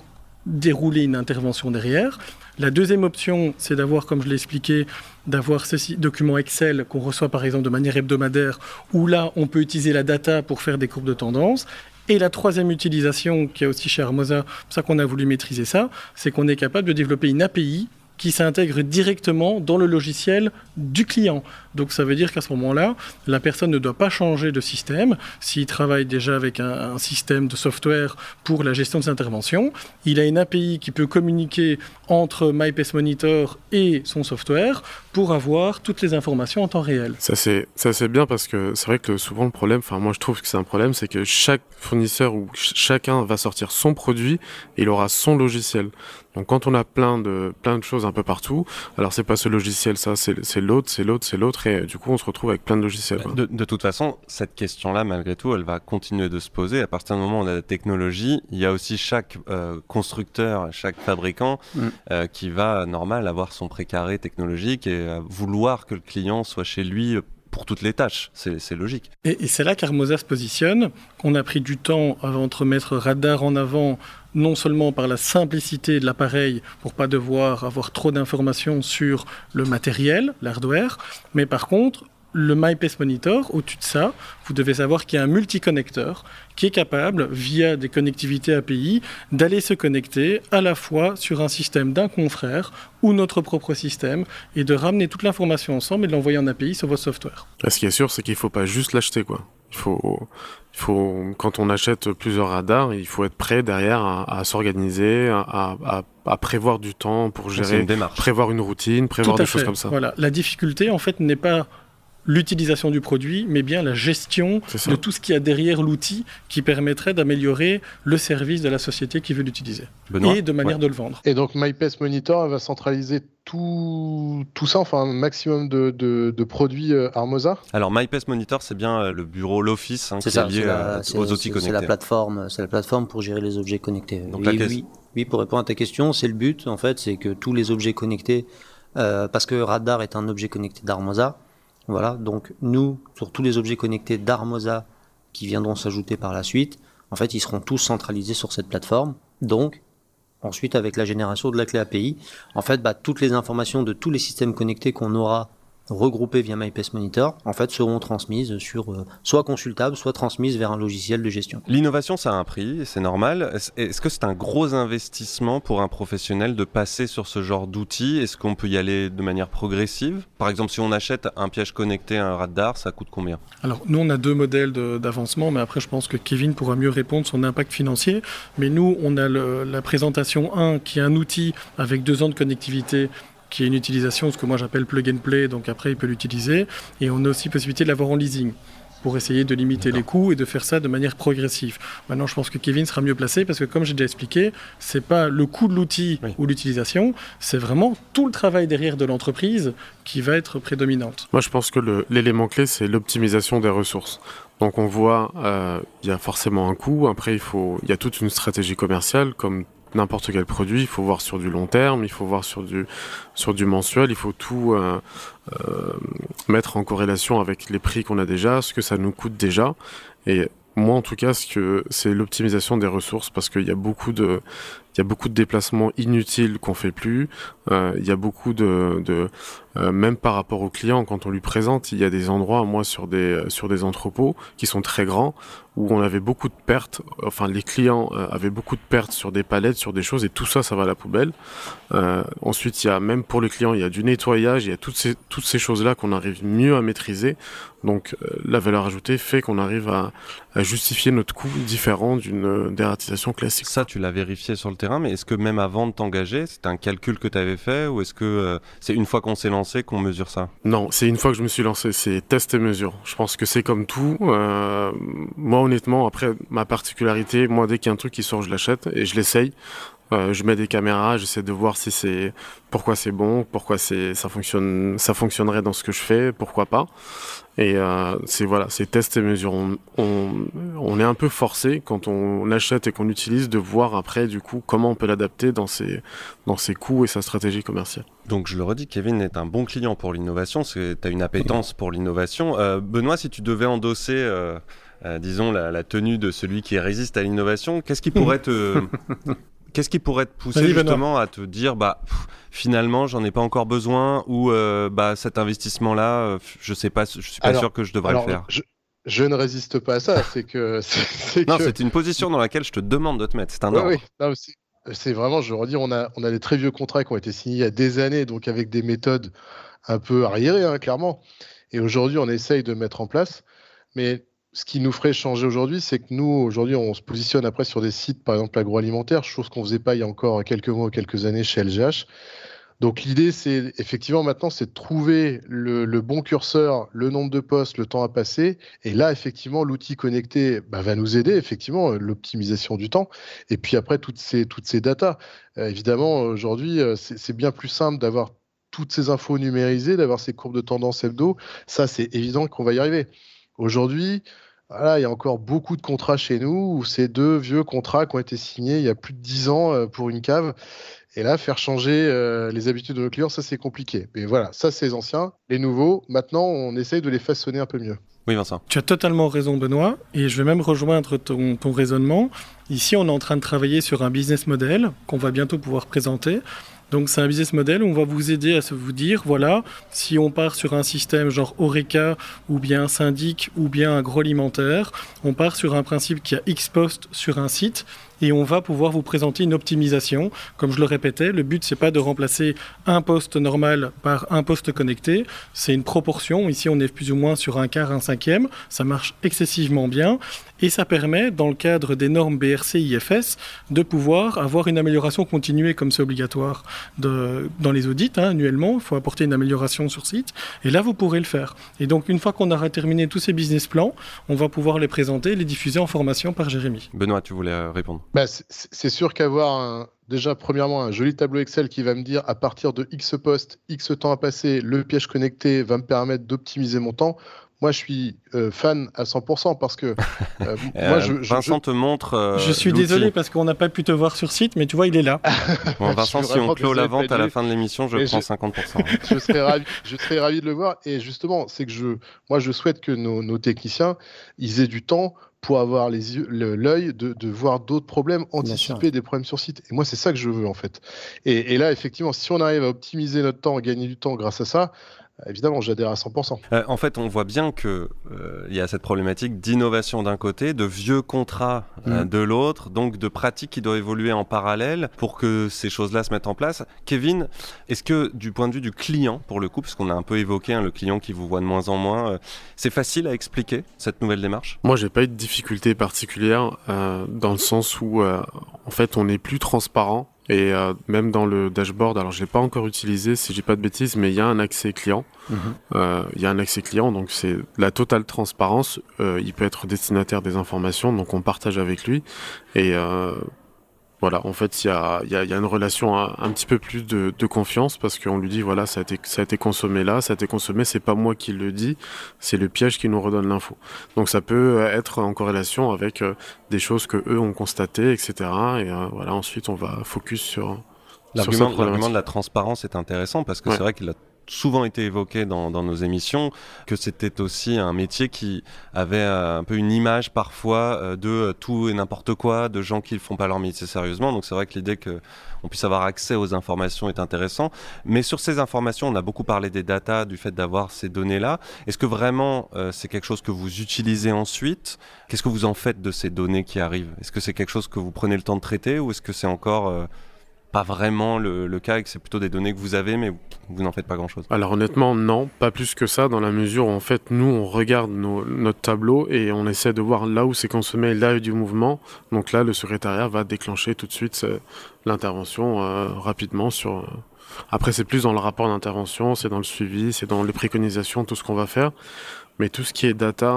dérouler une intervention derrière. La deuxième option, c'est d'avoir, comme je l'ai expliqué, d'avoir ces documents Excel qu'on reçoit par exemple de manière hebdomadaire, où là, on peut utiliser la data pour faire des courbes de tendance. Et la troisième utilisation, qui est aussi chez Armosa, c'est pour ça qu'on a voulu maîtriser ça, c'est qu'on est capable de développer une API qui s'intègre directement dans le logiciel du client. Donc ça veut dire qu'à ce moment-là, la personne ne doit pas changer de système. S'il travaille déjà avec un système de software pour la gestion de ses interventions, il a une API qui peut communiquer entre MyPestMonitor et son software pour avoir toutes les informations en temps réel. Ça c'est bien parce que c'est vrai que souvent le problème, enfin moi je trouve que c'est un problème, c'est que chaque fournisseur ou chacun va sortir son produit et il aura son logiciel. Donc quand on a plein de choses un peu partout, alors c'est pas ce logiciel, ça c'est l'autre, et du coup on se retrouve avec plein de logiciels. De toute façon, cette question-là, malgré tout, elle va continuer de se poser. À partir du moment où on a la technologie, il y a aussi chaque constructeur, chaque fabricant qui va, normal, avoir son précaré technologique et vouloir que le client soit chez lui pour toutes les tâches, c'est logique. Et c'est là qu'Armosa se positionne, qu'on a pris du temps avant de remettre Radar en avant, non seulement par la simplicité de l'appareil, pour pas devoir avoir trop d'informations sur le matériel, l'hardware, mais par contre, le MyPestMonitor, au-dessus de ça, vous devez savoir qu'il y a un multiconnecteur qui est capable, via des connectivités API, d'aller se connecter à la fois sur un système d'un confrère ou notre propre système et de ramener toute l'information ensemble et de l'envoyer en API sur votre software. Ce qui est sûr, c'est qu'il ne faut pas juste l'acheter, quoi. Il faut, quand on achète plusieurs radars, il faut être prêt derrière à s'organiser, à prévoir du temps pour gérer, prévoir une routine, prévoir des choses comme ça. Voilà. La difficulté, en fait, n'est pas l'utilisation du produit, mais bien la gestion de tout ce qu'il y a derrière l'outil qui permettrait d'améliorer le service de la société qui veut l'utiliser. Benoît, et de manière de le vendre. Et donc MyPestMonitor va centraliser tout ça, enfin un maximum de produits Armosa. Alors MyPestMonitor, c'est bien le bureau, l'office qui est lié aux outils connectés. C'est la plateforme pour gérer les objets connectés. Donc oui, pour répondre à ta question, c'est le but, en fait, c'est que tous les objets connectés, parce que Radar est un objet connecté d'Armosa, voilà, donc nous, sur tous les objets connectés d'Armosa qui viendront s'ajouter par la suite, en fait, ils seront tous centralisés sur cette plateforme. Donc, ensuite, avec la génération de la clé API, en fait, toutes les informations de tous les systèmes connectés qu'on aura regroupés via MyPestMonitor, en fait, seront transmises sur soit consultables, soit transmises vers un logiciel de gestion. L'innovation, ça a un prix, c'est normal. Est-ce que c'est un gros investissement pour un professionnel de passer sur ce genre d'outils? Est-ce qu'on peut y aller de manière progressive? Par exemple, si on achète un piège connecté à un radar, ça coûte combien? Alors, nous, on a 2 modèles d'avancement, mais après, je pense que Kevin pourra mieux répondre sur son impact financier. Mais nous, on a la présentation 1, qui est un outil avec 2 ans de connectivité, qui est une utilisation, ce que moi j'appelle plug and play, donc après il peut l'utiliser. Et on a aussi possibilité de l'avoir en leasing, pour essayer de limiter les coûts et de faire ça de manière progressive. Maintenant, je pense que Kevin sera mieux placé, parce que comme j'ai déjà expliqué, c'est pas le coût de l'outil ou l'utilisation, c'est vraiment tout le travail derrière de l'entreprise qui va être prédominante. Moi, je pense que l'élément clé, c'est l'optimisation des ressources. Donc on voit, il y a forcément un coût, après il y a toute une stratégie commerciale, comme n'importe quel produit, il faut voir sur du long terme, il faut voir sur du mensuel, il faut tout mettre en corrélation avec les prix qu'on a déjà, ce que ça nous coûte déjà. Et moi, en tout cas, c'est l'optimisation des ressources, parce qu'il y a beaucoup de déplacements inutiles qu'on fait plus. Il y a beaucoup même par rapport au client, quand on lui présente, il y a des endroits, moi, sur des entrepôts qui sont très grands, où on avait beaucoup de pertes. Enfin, les clients avaient beaucoup de pertes sur des palettes, sur des choses, et tout ça va à la poubelle. Ensuite, il y a, même pour le client, il y a du nettoyage, il y a toutes ces choses-là qu'on arrive mieux à maîtriser. Donc, la valeur ajoutée fait qu'on arrive à justifier notre coût différent d'une dératisation classique. Ça, tu l'as vérifié sur le terrain, mais est-ce que même avant de t'engager, c'était un calcul que tu avais fait, ou est-ce que c'est une fois qu'on s'est lancé qu'on mesure ça? Non, c'est une fois que je me suis lancé, c'est test et mesure. Je pense que c'est comme tout. Moi, honnêtement, après, ma particularité, moi, dès qu'il y a un truc qui sort, je l'achète et je l'essaye. Je mets des caméras, j'essaie de voir pourquoi c'est bon, pourquoi ça fonctionnerait dans ce que je fais, pourquoi pas. Et c'est test et mesure. On est un peu forcé quand on achète et qu'on utilise de voir après du coup comment on peut l'adapter dans ses coûts et sa stratégie commerciale. Donc je le redis, Kevin est un bon client pour l'innovation, tu as une appétence pour l'innovation. Benoît, si tu devais endosser disons la tenue de celui qui résiste à l'innovation, qu'est-ce qui pourrait Qu'est-ce qui pourrait te pousser justement à te dire finalement j'en ai pas encore besoin ou cet investissement-là, je suis pas sûr que je devrais le faire. Je ne résiste pas à ça. C'est une position dans laquelle je te demande de te mettre. C'est un ordre. Oui. Non, c'est vraiment, je redis, on a des très vieux contrats qui ont été signés il y a des années, donc avec des méthodes un peu arriérées, clairement. Et aujourd'hui, on essaye de mettre en place. Mais ce qui nous ferait changer aujourd'hui, c'est que nous, aujourd'hui, on se positionne après sur des sites, par exemple agroalimentaires, chose qu'on ne faisait pas il y a encore quelques mois ou quelques années chez LGH. Donc l'idée, c'est effectivement maintenant, c'est de trouver le bon curseur, le nombre de postes, le temps à passer. Et là, effectivement, l'outil connecté va nous aider, effectivement, l'optimisation du temps. Et puis après, toutes ces datas. Évidemment, aujourd'hui, c'est bien plus simple d'avoir toutes ces infos numérisées, d'avoir ces courbes de tendance hebdo. Ça, c'est évident qu'on va y arriver. Aujourd'hui, il y a encore beaucoup de contrats chez nous où c'est 2 vieux contrats qui ont été signés il y a plus de 10 ans pour une cave. Et là, faire changer les habitudes de nos clients, ça, c'est compliqué. Mais voilà, ça, c'est les anciens. Les nouveaux, maintenant, on essaye de les façonner un peu mieux. Oui, Vincent. Tu as totalement raison, Benoît. Et je vais même rejoindre ton raisonnement. Ici, on est en train de travailler sur un business model qu'on va bientôt pouvoir présenter. Donc, c'est un business model où on va vous aider à vous dire, voilà, si on part sur un système genre Horeca ou bien Syndic ou bien agroalimentaire, on part sur un principe qui a X postes sur un site et on va pouvoir vous présenter une optimisation. Comme je le répétais, le but, c'est pas de remplacer un poste normal par un poste connecté. C'est une proportion. Ici, on est plus ou moins sur un quart, un cinquième. Ça marche excessivement bien. Et ça permet, dans le cadre des normes BRC IFS, de pouvoir avoir une amélioration continuée, comme c'est obligatoire dans les audits, annuellement. Il faut apporter une amélioration sur site. Et là, vous pourrez le faire. Et donc, une fois qu'on aura terminé tous ces business plans, on va pouvoir les présenter, les diffuser en formation par Jérémy. Benoît, tu voulais répondre? C'est sûr qu'avoir déjà, premièrement, un joli tableau Excel qui va me dire à partir de X postes, X temps à passer, le piège connecté va me permettre d'optimiser mon temps. Moi, je suis fan à 100% parce que Vincent te montre. Je suis désolé parce qu'on n'a pas pu te voir sur site, mais tu vois, il est là. Bon, Vincent, si on clôt la vente à la fin de l'émission, je prends 50%. Je serais ravi de le voir. Et justement, c'est que je souhaite que nos techniciens, ils aient du temps pour avoir l'œil de voir d'autres problèmes, anticiper des problèmes sur site. Et moi, c'est ça que je veux, en fait. Et là, effectivement, si on arrive à optimiser notre temps, gagner du temps grâce à ça, évidemment, j'adhère à 100%. En fait, on voit bien qu'il y a cette problématique d'innovation d'un côté, de vieux contrats de l'autre, donc de pratiques qui doivent évoluer en parallèle pour que ces choses-là se mettent en place. Kevin, est-ce que du point de vue du client, pour le coup, parce qu'on a un peu évoqué le client qui vous voit de moins en moins, c'est facile à expliquer cette nouvelle démarche? Moi, j'ai pas eu de difficulté particulière dans le sens où, en fait, on est plus transparent. Et même dans le dashboard, alors je l'ai pas encore utilisé si je dis pas de bêtises, mais il y a un accès client. Il y a un accès client, donc c'est la totale transparence. Il peut être destinataire des informations, donc on partage avec lui. Et voilà, en fait, il y a une relation un petit peu plus de confiance parce qu'on lui dit voilà, ça a été consommé là, ça a été consommé, c'est pas moi qui le dis, c'est le piège qui nous redonne l'info. Donc ça peut être en corrélation avec des choses que eux ont constatées, etc. Et voilà, ensuite on va focus sur l'argument de la transparence est intéressant parce que c'est vrai qu'il a souvent été évoqué dans nos émissions, que c'était aussi un métier qui avait un peu une image parfois de tout et n'importe quoi, de gens qui ne font pas leur métier sérieusement. Donc c'est vrai que l'idée qu'on puisse avoir accès aux informations est intéressant. Mais sur ces informations, on a beaucoup parlé des data, du fait d'avoir ces données-là. Est-ce que vraiment c'est quelque chose que vous utilisez ensuite? Qu'est-ce que vous en faites de ces données qui arrivent? Est-ce que c'est quelque chose que vous prenez le temps de traiter ou est-ce que c'est encore pas vraiment le cas et que c'est plutôt des données que vous avez mais vous n'en faites pas grand-chose? Alors honnêtement non, pas plus que ça, dans la mesure où en fait nous on regarde notre tableau et on essaie de voir là où c'est consommé, là où il y a du mouvement. Donc là le secrétariat va déclencher tout de suite l'intervention rapidement sur... Après c'est plus dans le rapport d'intervention, c'est dans le suivi, c'est dans les préconisations, tout ce qu'on va faire. Mais tout ce qui est data...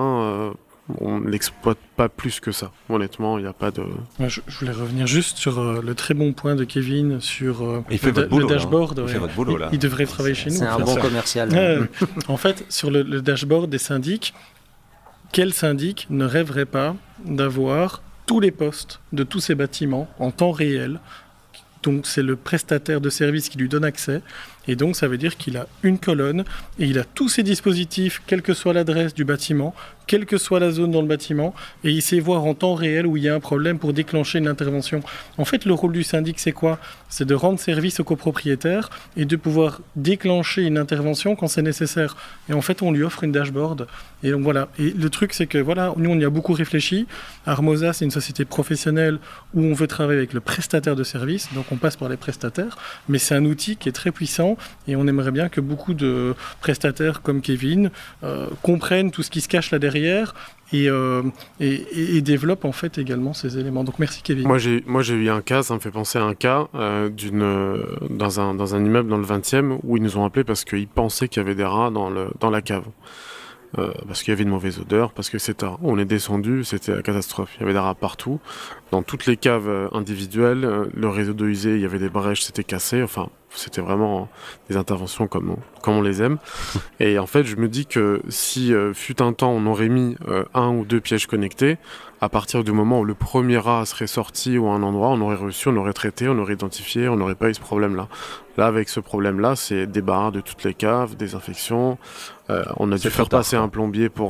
on ne l'exploite pas plus que ça. Honnêtement, il n'y a pas de... Je voulais revenir juste sur le très bon point de Kevin sur le dashboard. Il fait votre boulot, là. Il devrait travailler chez nous. C'est un bon commercial. En fait, sur le dashboard des syndics, quel syndic ne rêverait pas d'avoir tous les postes de tous ces bâtiments en temps réel? Donc c'est le prestataire de service qui lui donne accès. Et donc, ça veut dire qu'il a une colonne et il a tous ses dispositifs, quelle que soit l'adresse du bâtiment, quelle que soit la zone dans le bâtiment, et il sait voir en temps réel où il y a un problème pour déclencher une intervention. En fait, le rôle du syndic, c'est quoi ? C'est de rendre service aux copropriétaires et de pouvoir déclencher une intervention quand c'est nécessaire. Et en fait, on lui offre une dashboard. Et donc voilà. Et le truc, c'est que voilà, nous, on y a beaucoup réfléchi. Armosa, c'est une société professionnelle où on veut travailler avec le prestataire de service, donc on passe par les prestataires, mais c'est un outil qui est très puissant et on aimerait bien que beaucoup de prestataires comme Kevin comprennent tout ce qui se cache là derrière et développe en fait également ces éléments. Donc merci Kevin. Moi j'ai eu un cas, ça me fait penser à un cas dans un immeuble dans le 20e où ils nous ont appelé parce qu'ils pensaient qu'il y avait des rats dans la cave. Parce qu'il y avait une mauvaise odeur, parce que on est descendu, c'était la catastrophe. Il y avait des rats partout, dans toutes les caves individuelles, le réseau d'eau usée, il y avait des brèches, c'était cassé, enfin, c'était vraiment des interventions comme on les aime. Et en fait, je me dis que si fut un temps, on aurait mis 1 ou 2 pièges connectés, à partir du moment où le premier rat serait sorti ou à un endroit, on aurait reçu, on aurait traité, on aurait identifié, on n'aurait pas eu ce problème-là. Là, avec ce problème-là, c'est débarras de toutes les caves, désinfection. On a dû faire passer un plombier pour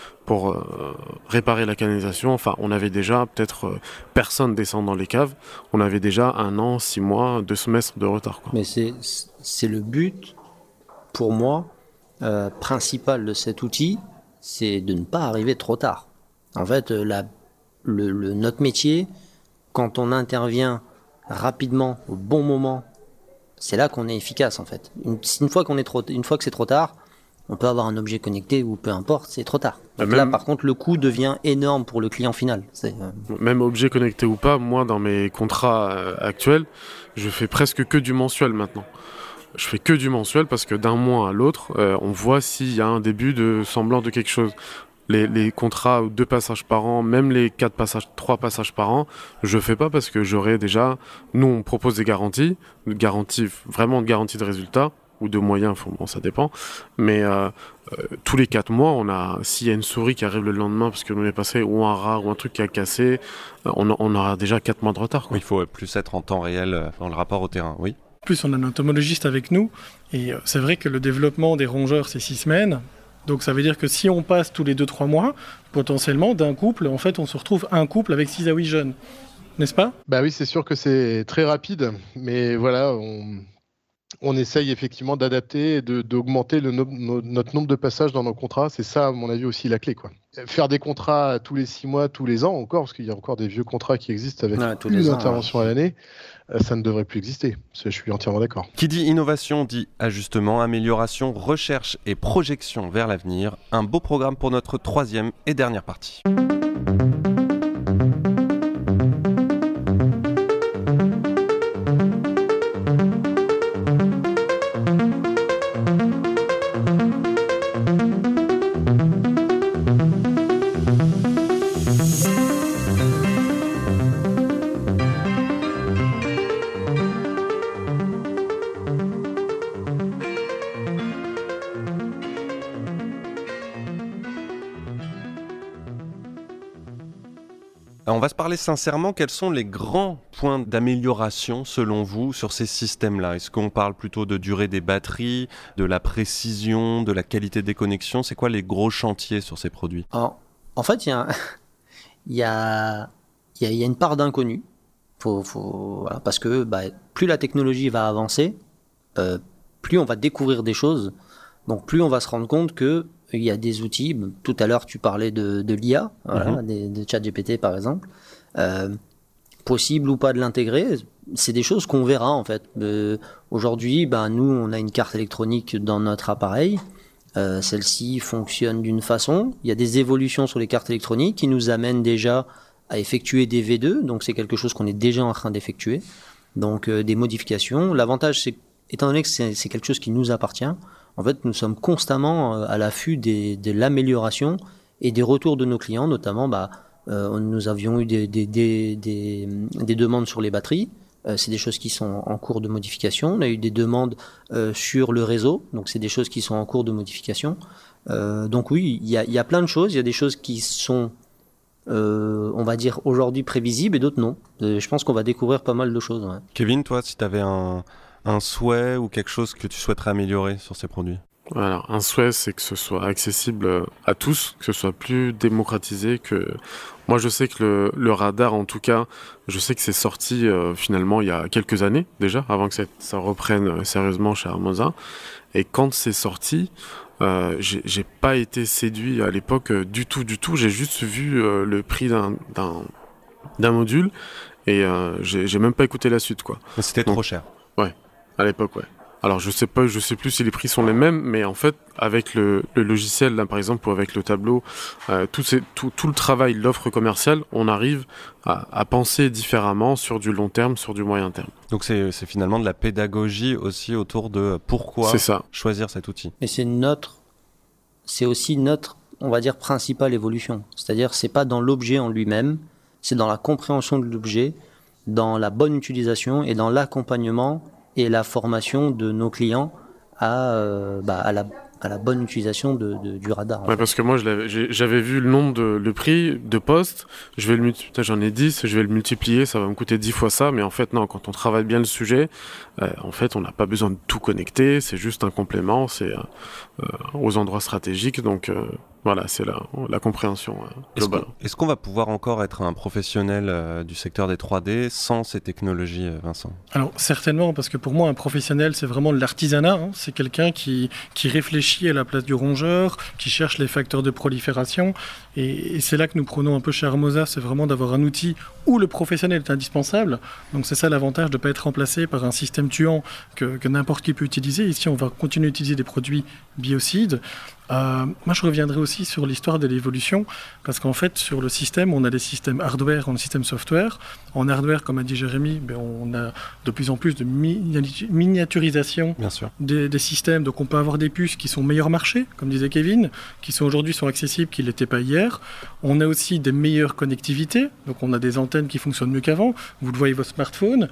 réparer la canalisation. Enfin, on avait déjà peut-être personne descend dans les caves. On avait déjà 1 an, 6 mois, 2 semestres de retard, quoi. Mais c'est le but, pour moi, principal de cet outil, c'est de ne pas arriver trop tard. En fait, notre métier, quand on intervient rapidement, au bon moment, c'est là qu'on est efficace en fait. Une fois que c'est trop tard, on peut avoir un objet connecté ou peu importe, c'est trop tard. Donc là, par contre, le coût devient énorme pour le client final. Même objet connecté ou pas, moi, dans mes contrats actuels, je fais presque que du mensuel maintenant. Je fais que du mensuel parce que d'un mois à l'autre, on voit s'il y a un début de semblant de quelque chose. Les contrats 2 passages par an, même les 3 passages par an, je fais pas parce que j'aurais déjà... Nous, on propose des garanties, vraiment de garantie de résultat, ou de moyens, bon, ça dépend. Mais tous les 4 mois, s'il y a une souris qui arrive le lendemain parce que l'on est passé, ou un rat, ou un truc qui a cassé, on aura déjà 4 mois de retard, quoi. Oui, il faut plus être en temps réel dans le rapport au terrain, oui. En plus, on a un entomologiste avec nous, et c'est vrai que le développement des rongeurs, c'est 6 semaines. Donc ça veut dire que si on passe tous les 2-3 mois, potentiellement d'un couple, en fait on se retrouve un couple avec 6 à 8 jeunes, n'est-ce pas ? Bah oui, c'est sûr que c'est très rapide, mais voilà, on essaye effectivement d'adapter et d'augmenter notre nombre de passages dans nos contrats. C'est ça, à mon avis, aussi la clé, quoi. Faire des contrats tous les 6 mois, tous les ans encore, parce qu'il y a encore des vieux contrats qui existent avec une intervention à l'année, ça ne devrait plus exister. Je suis entièrement d'accord. Qui dit innovation dit ajustement, amélioration, recherche et projection vers l'avenir. Un beau programme pour notre 3e et dernière partie. On va se parler sincèrement, quels sont les grands points d'amélioration selon vous sur ces systèmes-là ? Est-ce qu'on parle plutôt de durée des batteries, de la précision, de la qualité des connexions ? C'est quoi les gros chantiers sur ces produits ? Alors, en fait, il y a une part d'inconnu. Voilà, parce que plus la technologie va avancer, plus on va découvrir des choses. Donc plus on va se rendre compte que il y a des outils, tout à l'heure tu parlais de l'IA, voilà, de ChatGPT par exemple, possible ou pas de l'intégrer, c'est des choses qu'on verra en fait. Aujourd'hui, nous on a une carte électronique dans notre appareil, celle-ci fonctionne d'une façon, il y a des évolutions sur les cartes électroniques qui nous amènent déjà à effectuer des V2, donc c'est quelque chose qu'on est déjà en train d'effectuer, donc des modifications. L'avantage c'est, étant donné que c'est quelque chose qui nous appartient, en fait, nous sommes constamment à l'affût de l'amélioration et des retours de nos clients, notamment, nous avions eu des demandes sur les batteries. C'est des choses qui sont en cours de modification. On a eu des demandes sur le réseau, donc c'est des choses qui sont en cours de modification. Donc oui, il y a plein de choses. Il y a des choses qui sont, on va dire, aujourd'hui prévisibles et d'autres non. Je pense qu'on va découvrir pas mal de choses. Ouais. Kevin, toi, si tu avais un Un souhait ou quelque chose que tu souhaiterais améliorer sur ces produits? Voilà, un souhait, c'est que ce soit accessible à tous, que ce soit plus démocratisé. Moi, je sais que le radar, en tout cas, je sais que c'est sorti finalement il y a quelques années déjà, avant que ça reprenne sérieusement chez Armoza. Et quand c'est sorti, j'ai pas été séduit à l'époque du tout. J'ai juste vu le prix d'un module et j'ai même pas écouté la suite, quoi. Mais c'était trop cher. Ouais, à l'époque, ouais. Alors je sais plus si les prix sont les mêmes, mais en fait avec le logiciel là par exemple ou avec le tableau, tout le travail, l'offre commerciale, on arrive à penser différemment sur du long terme, sur du moyen terme. Donc c'est finalement de la pédagogie aussi autour de pourquoi choisir cet outil. Et c'est aussi notre, on va dire, principale évolution. C'est-à-dire c'est pas dans l'objet en lui-même, c'est dans la compréhension de l'objet, dans la bonne utilisation et dans l'accompagnement et la formation de nos clients à la bonne utilisation du radar. Ouais, parce que moi, j'avais vu le prix de poste, j'en ai 10, je vais le multiplier, ça va me coûter 10 fois ça, mais en fait, non, quand on travaille bien le sujet, en fait, on n'a pas besoin de tout connecter, c'est juste un complément, c'est aux endroits stratégiques, donc voilà, c'est la compréhension globale. Est-ce qu'on va pouvoir encore être un professionnel du secteur des 3D sans ces technologies, Vincent? Alors certainement, parce que pour moi un professionnel c'est vraiment de l'artisanat, hein. C'est quelqu'un qui réfléchit à la place du rongeur, qui cherche les facteurs de prolifération, et c'est là que nous prenons un peu chez Armoza, c'est vraiment d'avoir un outil où le professionnel est indispensable. Donc c'est ça l'avantage de ne pas être remplacé par un système tuant que n'importe qui peut utiliser. Ici on va continuer à utiliser des produits biocides. Moi je reviendrai aussi sur l'histoire de l'évolution, parce qu'en fait sur le système on a des systèmes hardware, on a des systèmes software. En hardware, comme a dit Jérémy, on a de plus en plus de miniaturisation des systèmes, donc on peut avoir des puces qui sont meilleurs marché, comme disait Kevin, qui aujourd'hui sont accessibles, qui ne l'étaient pas hier. On a aussi des meilleures connectivités, donc on a des antennes qui fonctionnent mieux qu'avant, vous le voyez vos smartphones.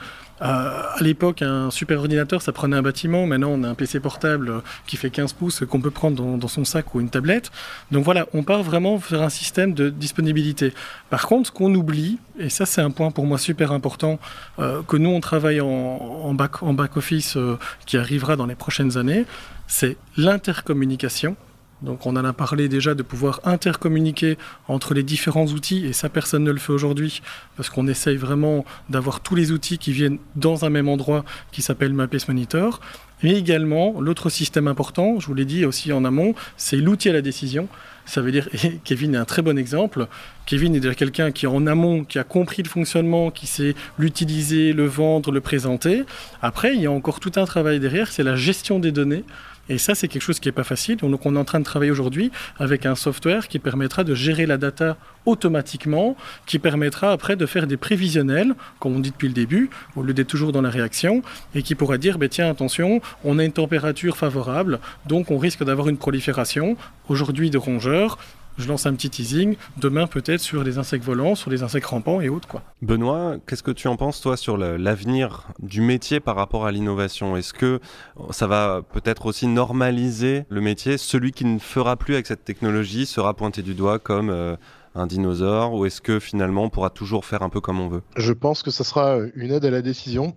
À l'époque, un super ordinateur, ça prenait un bâtiment. Maintenant, on a un PC portable qui fait 15 pouces qu'on peut prendre dans son sac ou une tablette. Donc voilà, on part vraiment vers un système de disponibilité. Par contre, ce qu'on oublie, et ça c'est un point pour moi super important, que nous on travaille en back-office qui arrivera dans les prochaines années, c'est l'intercommunication. Donc on en a parlé déjà de pouvoir intercommuniquer entre les différents outils, et ça personne ne le fait aujourd'hui parce qu'on essaye vraiment d'avoir tous les outils qui viennent dans un même endroit qui s'appelle Mapes Monitor. Mais également, l'autre système important, je vous l'ai dit aussi en amont, c'est l'outil à la décision. Ça veut dire, et Kevin est un très bon exemple, Kevin est déjà quelqu'un qui en amont, qui a compris le fonctionnement, qui sait l'utiliser, le vendre, le présenter. Après, il y a encore tout un travail derrière, c'est la gestion des données. Et ça, c'est quelque chose qui n'est pas facile. Donc, on est en train de travailler aujourd'hui avec un software qui permettra de gérer la data automatiquement, qui permettra après de faire des prévisionnels, comme on dit depuis le début, au lieu d'être toujours dans la réaction, et qui pourra dire, tiens, attention, on a une température favorable, donc on risque d'avoir une prolifération, aujourd'hui de rongeurs. Je lance un petit teasing, demain peut-être sur les insectes volants, sur les insectes rampants et autres, quoi. Benoît, qu'est-ce que tu en penses toi sur l'avenir du métier par rapport à l'innovation? Est-ce que ça va peut-être aussi normaliser le métier? Celui qui ne fera plus avec cette technologie sera pointé du doigt comme un dinosaure, ou est-ce que finalement on pourra toujours faire un peu comme on veut? Je pense que ça sera une aide à la décision,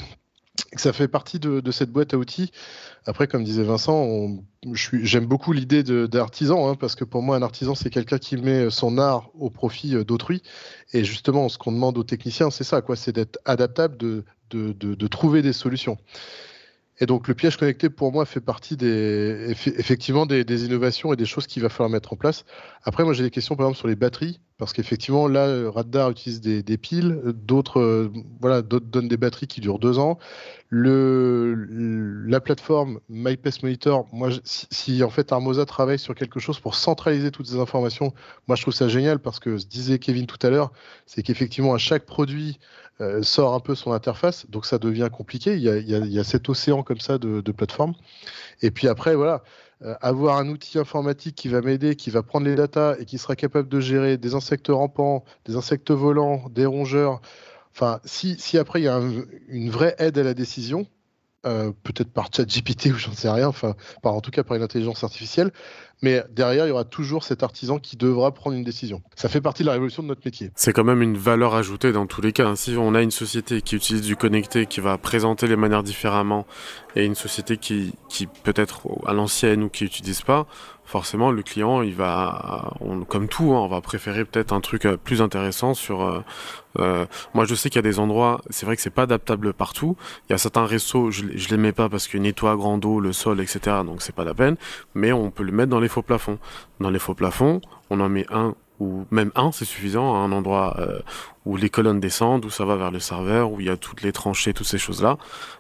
que ça fait partie de cette boîte à outils. Après, comme disait Vincent, j'aime beaucoup l'idée d'artisan, parce que pour moi, un artisan, c'est quelqu'un qui met son art au profit d'autrui. Et justement, ce qu'on demande aux techniciens, c'est ça, c'est d'être adaptable, de trouver des solutions. Et donc, le piège connecté, pour moi, fait partie effectivement des innovations et des choses qu'il va falloir mettre en place. Après, moi, j'ai des questions, par exemple, sur les batteries, parce qu'effectivement, là, Radar utilise des piles, d'autres donnent des batteries qui durent 2 ans. La plateforme MyPest Monitor, moi, si en fait Armoza travaille sur quelque chose pour centraliser toutes ces informations, moi, je trouve ça génial, parce que ce disait Kevin tout à l'heure, c'est qu'effectivement, à chaque produit, sort un peu son interface, donc ça devient compliqué. Il y a cet océan comme ça de plateformes. Et puis après, voilà, avoir un outil informatique qui va m'aider, qui va prendre les datas et qui sera capable de gérer des insectes rampants, des insectes volants, des rongeurs. Enfin, si après il y a une vraie aide à la décision, peut-être par ChatGPT ou j'en sais rien, en tout cas par une intelligence artificielle, mais derrière, il y aura toujours cet artisan qui devra prendre une décision. Ça fait partie de la révolution de notre métier. C'est quand même une valeur ajoutée dans tous les cas. Si on a une société qui utilise du connecté, qui va présenter les manières différemment, et une société qui peut-être à l'ancienne ou qui n'utilise pas, forcément le client il va, comme tout, on va préférer peut-être un truc plus intéressant sur. Moi je sais qu'il y a des endroits, c'est vrai que c'est pas adaptable partout. Il y a certains restos, je les mets pas parce qu'ils nettoient à grand eau le sol, etc. Donc c'est pas la peine. Mais on peut le mettre dans les faux plafonds. Dans les faux plafonds, on en met un ou même un, c'est suffisant, à un endroit où les colonnes descendent, où ça va vers le serveur, où il y a toutes les tranchées, toutes ces choses-là.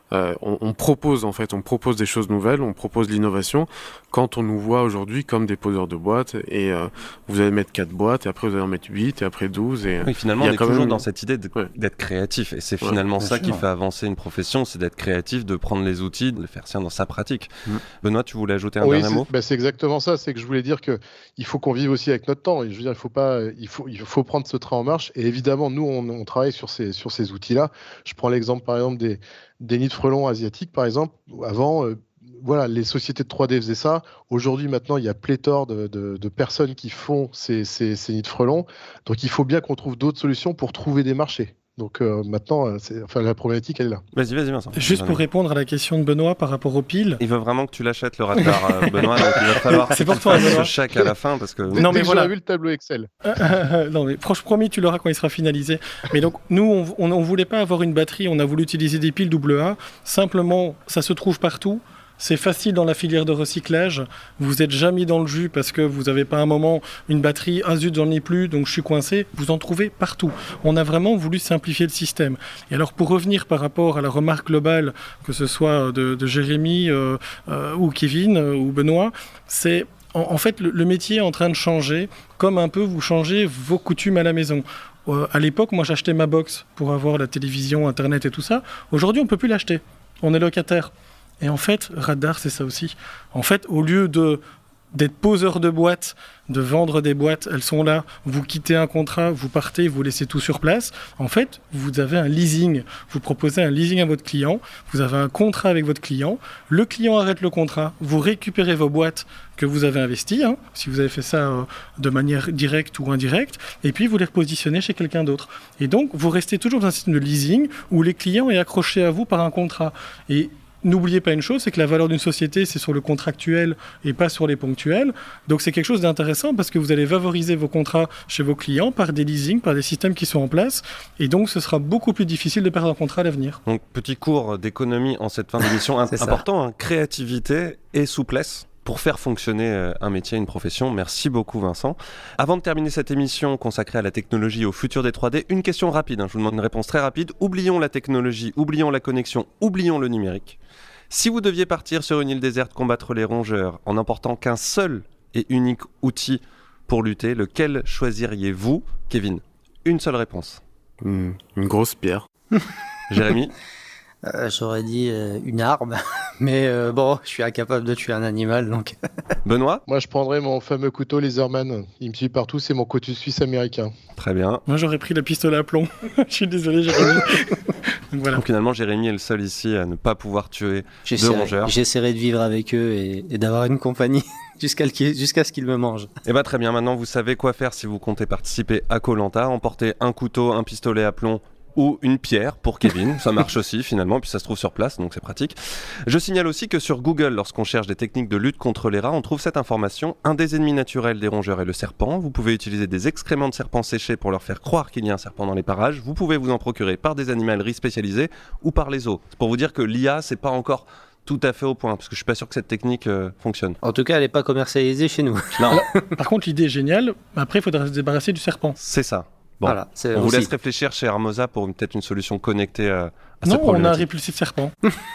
On propose des choses nouvelles, on propose l'innovation quand on nous voit aujourd'hui comme des poseurs de boîtes et vous allez mettre 4 boîtes et après vous allez en mettre 8 et après 12 et oui, finalement on est toujours dans cette idée d'être créatif et c'est finalement ça qui fait avancer une profession, c'est d'être créatif, de prendre les outils, de les faire sien dans sa pratique. Benoît, tu voulais ajouter un dernier mot ? C'est exactement ça, c'est que je voulais dire qu'il faut qu'on vive aussi avec notre temps et je veux dire il faut prendre ce train en marche et évidemment nous on travaille sur ces outils-là. Je prends l'exemple par exemple des nids de frelons asiatiques, par exemple. Avant, les sociétés de 3D faisaient ça. Aujourd'hui, maintenant, il y a pléthore de personnes qui font ces nids de frelons. Donc, il faut bien qu'on trouve d'autres solutions pour trouver des marchés. Donc maintenant, la problématique, elle est là. Vas-y, Vincent. Juste pour répondre à la question de Benoît par rapport aux piles. Il veut vraiment que tu l'achètes, le radar, Benoît. Donc il va falloir c'est pour toi, ce chèque à la fin. Parce que... Non, mais voilà. J'aurais vu le tableau Excel. Non, mais promis, tu l'auras quand il sera finalisé. Mais donc, nous, on ne voulait pas avoir une batterie. On a voulu utiliser des piles AA. Simplement, ça se trouve partout. C'est facile dans la filière de recyclage. Vous n'êtes jamais dans le jus parce que vous n'avez pas un moment une batterie. Ah zut, j'en ai plus, donc je suis coincé. Vous en trouvez partout. On a vraiment voulu simplifier le système. Et alors, pour revenir par rapport à la remarque globale, que ce soit de Jérémy ou Kevin ou Benoît, c'est en fait le métier est en train de changer, comme un peu vous changez vos coutumes à la maison. À l'époque, moi, j'achetais ma box pour avoir la télévision, Internet et tout ça. Aujourd'hui, on ne peut plus l'acheter. On est locataire. Et en fait, Radar, c'est ça aussi. En fait, au lieu d'être poseur de boîtes, de vendre des boîtes, elles sont là, vous quittez un contrat, vous partez, vous laissez tout sur place. En fait, vous avez un leasing. Vous proposez un leasing à votre client, vous avez un contrat avec votre client, le client arrête le contrat, vous récupérez vos boîtes que vous avez investies, si vous avez fait ça de manière directe ou indirecte, et puis vous les repositionnez chez quelqu'un d'autre. Et donc, vous restez toujours dans un système de leasing où les clients est accroché à vous par un contrat. Et n'oubliez pas une chose, c'est que la valeur d'une société, c'est sur le contractuel et pas sur les ponctuels. Donc c'est quelque chose d'intéressant parce que vous allez valoriser vos contrats chez vos clients par des leasings, par des systèmes qui sont en place. Et donc ce sera beaucoup plus difficile de perdre un contrat à l'avenir. Donc petit cours d'économie en cette fin d'émission important, créativité et souplesse pour faire fonctionner un métier, une profession. Merci beaucoup Vincent. Avant de terminer cette émission consacrée à la technologie et au futur des 3D, une question rapide, je vous demande une réponse très rapide. Oublions la technologie, oublions la connexion, oublions le numérique. Si vous deviez partir sur une île déserte combattre les rongeurs en n'emportant qu'un seul et unique outil pour lutter, lequel choisiriez-vous, Kevin ? Une seule réponse. Une grosse pierre. Jérémy ? J'aurais dit une arme, mais bon, je suis incapable de tuer un animal, donc... Benoît ? Moi, je prendrais mon fameux couteau Laserman. Il me suit partout, c'est mon couteau suisse américain. Très bien. Moi, j'aurais pris la pistolet à plomb. Je suis désolé, Jérémy. Donc, voilà. Donc finalement, Jérémy est le seul ici à ne pas pouvoir tuer de rongeurs. J'essaierai de vivre avec eux et d'avoir une compagnie jusqu'à ce qu'ils me mangent. Et bah très bien, maintenant vous savez quoi faire si vous comptez participer à Koh-Lanta. Emportez un couteau, un pistolet à plomb ou une pierre pour Kevin, ça marche aussi finalement, puis ça se trouve sur place, donc c'est pratique. Je signale aussi que sur Google, lorsqu'on cherche des techniques de lutte contre les rats, on trouve cette information. Un des ennemis naturels des rongeurs est le serpent. Vous pouvez utiliser des excréments de serpents séchés pour leur faire croire qu'il y a un serpent dans les parages. Vous pouvez vous en procurer par des animaleries spécialisées ou par les zoos. C'est pour vous dire que l'IA, c'est pas encore tout à fait au point, parce que je suis pas sûr que cette technique fonctionne. En tout cas, elle n'est pas commercialisée chez nous. Non. Alors, par contre, l'idée est géniale. Après, il faudra se débarrasser du serpent. C'est ça. Bon, voilà, on vous laisse réfléchir chez Hermosa pour peut-être une solution connectée à cette non, problématique. On a un répulsif serpent.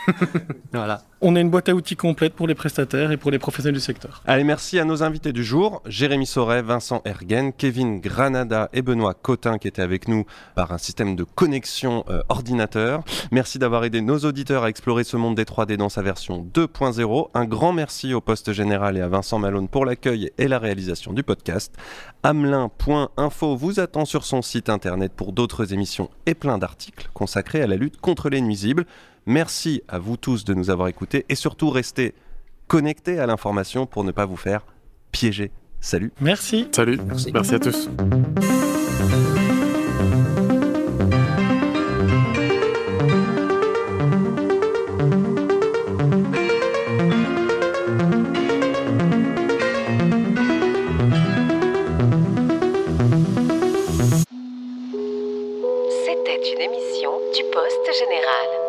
Voilà. On a une boîte à outils complète pour les prestataires et pour les professionnels du secteur. Allez, merci à nos invités du jour, Jérémy Sauret, Vincent Ergen, Kevin Granada et Benoît Cotin qui étaient avec nous par un système de connexion ordinateur. Merci d'avoir aidé nos auditeurs à explorer ce monde des 3D dans sa version 2.0. Un grand merci au Poste Général et à Vincent Malone pour l'accueil et la réalisation du podcast. Hamelin.info vous attend sur son site internet pour d'autres émissions et plein d'articles consacrés à la lutte contre les nuisibles. Merci à vous tous de nous avoir écoutés et surtout restez connectés à l'information pour ne pas vous faire piégés. Salut. Merci. Salut. Merci à tous. C'était une émission du Poste Général.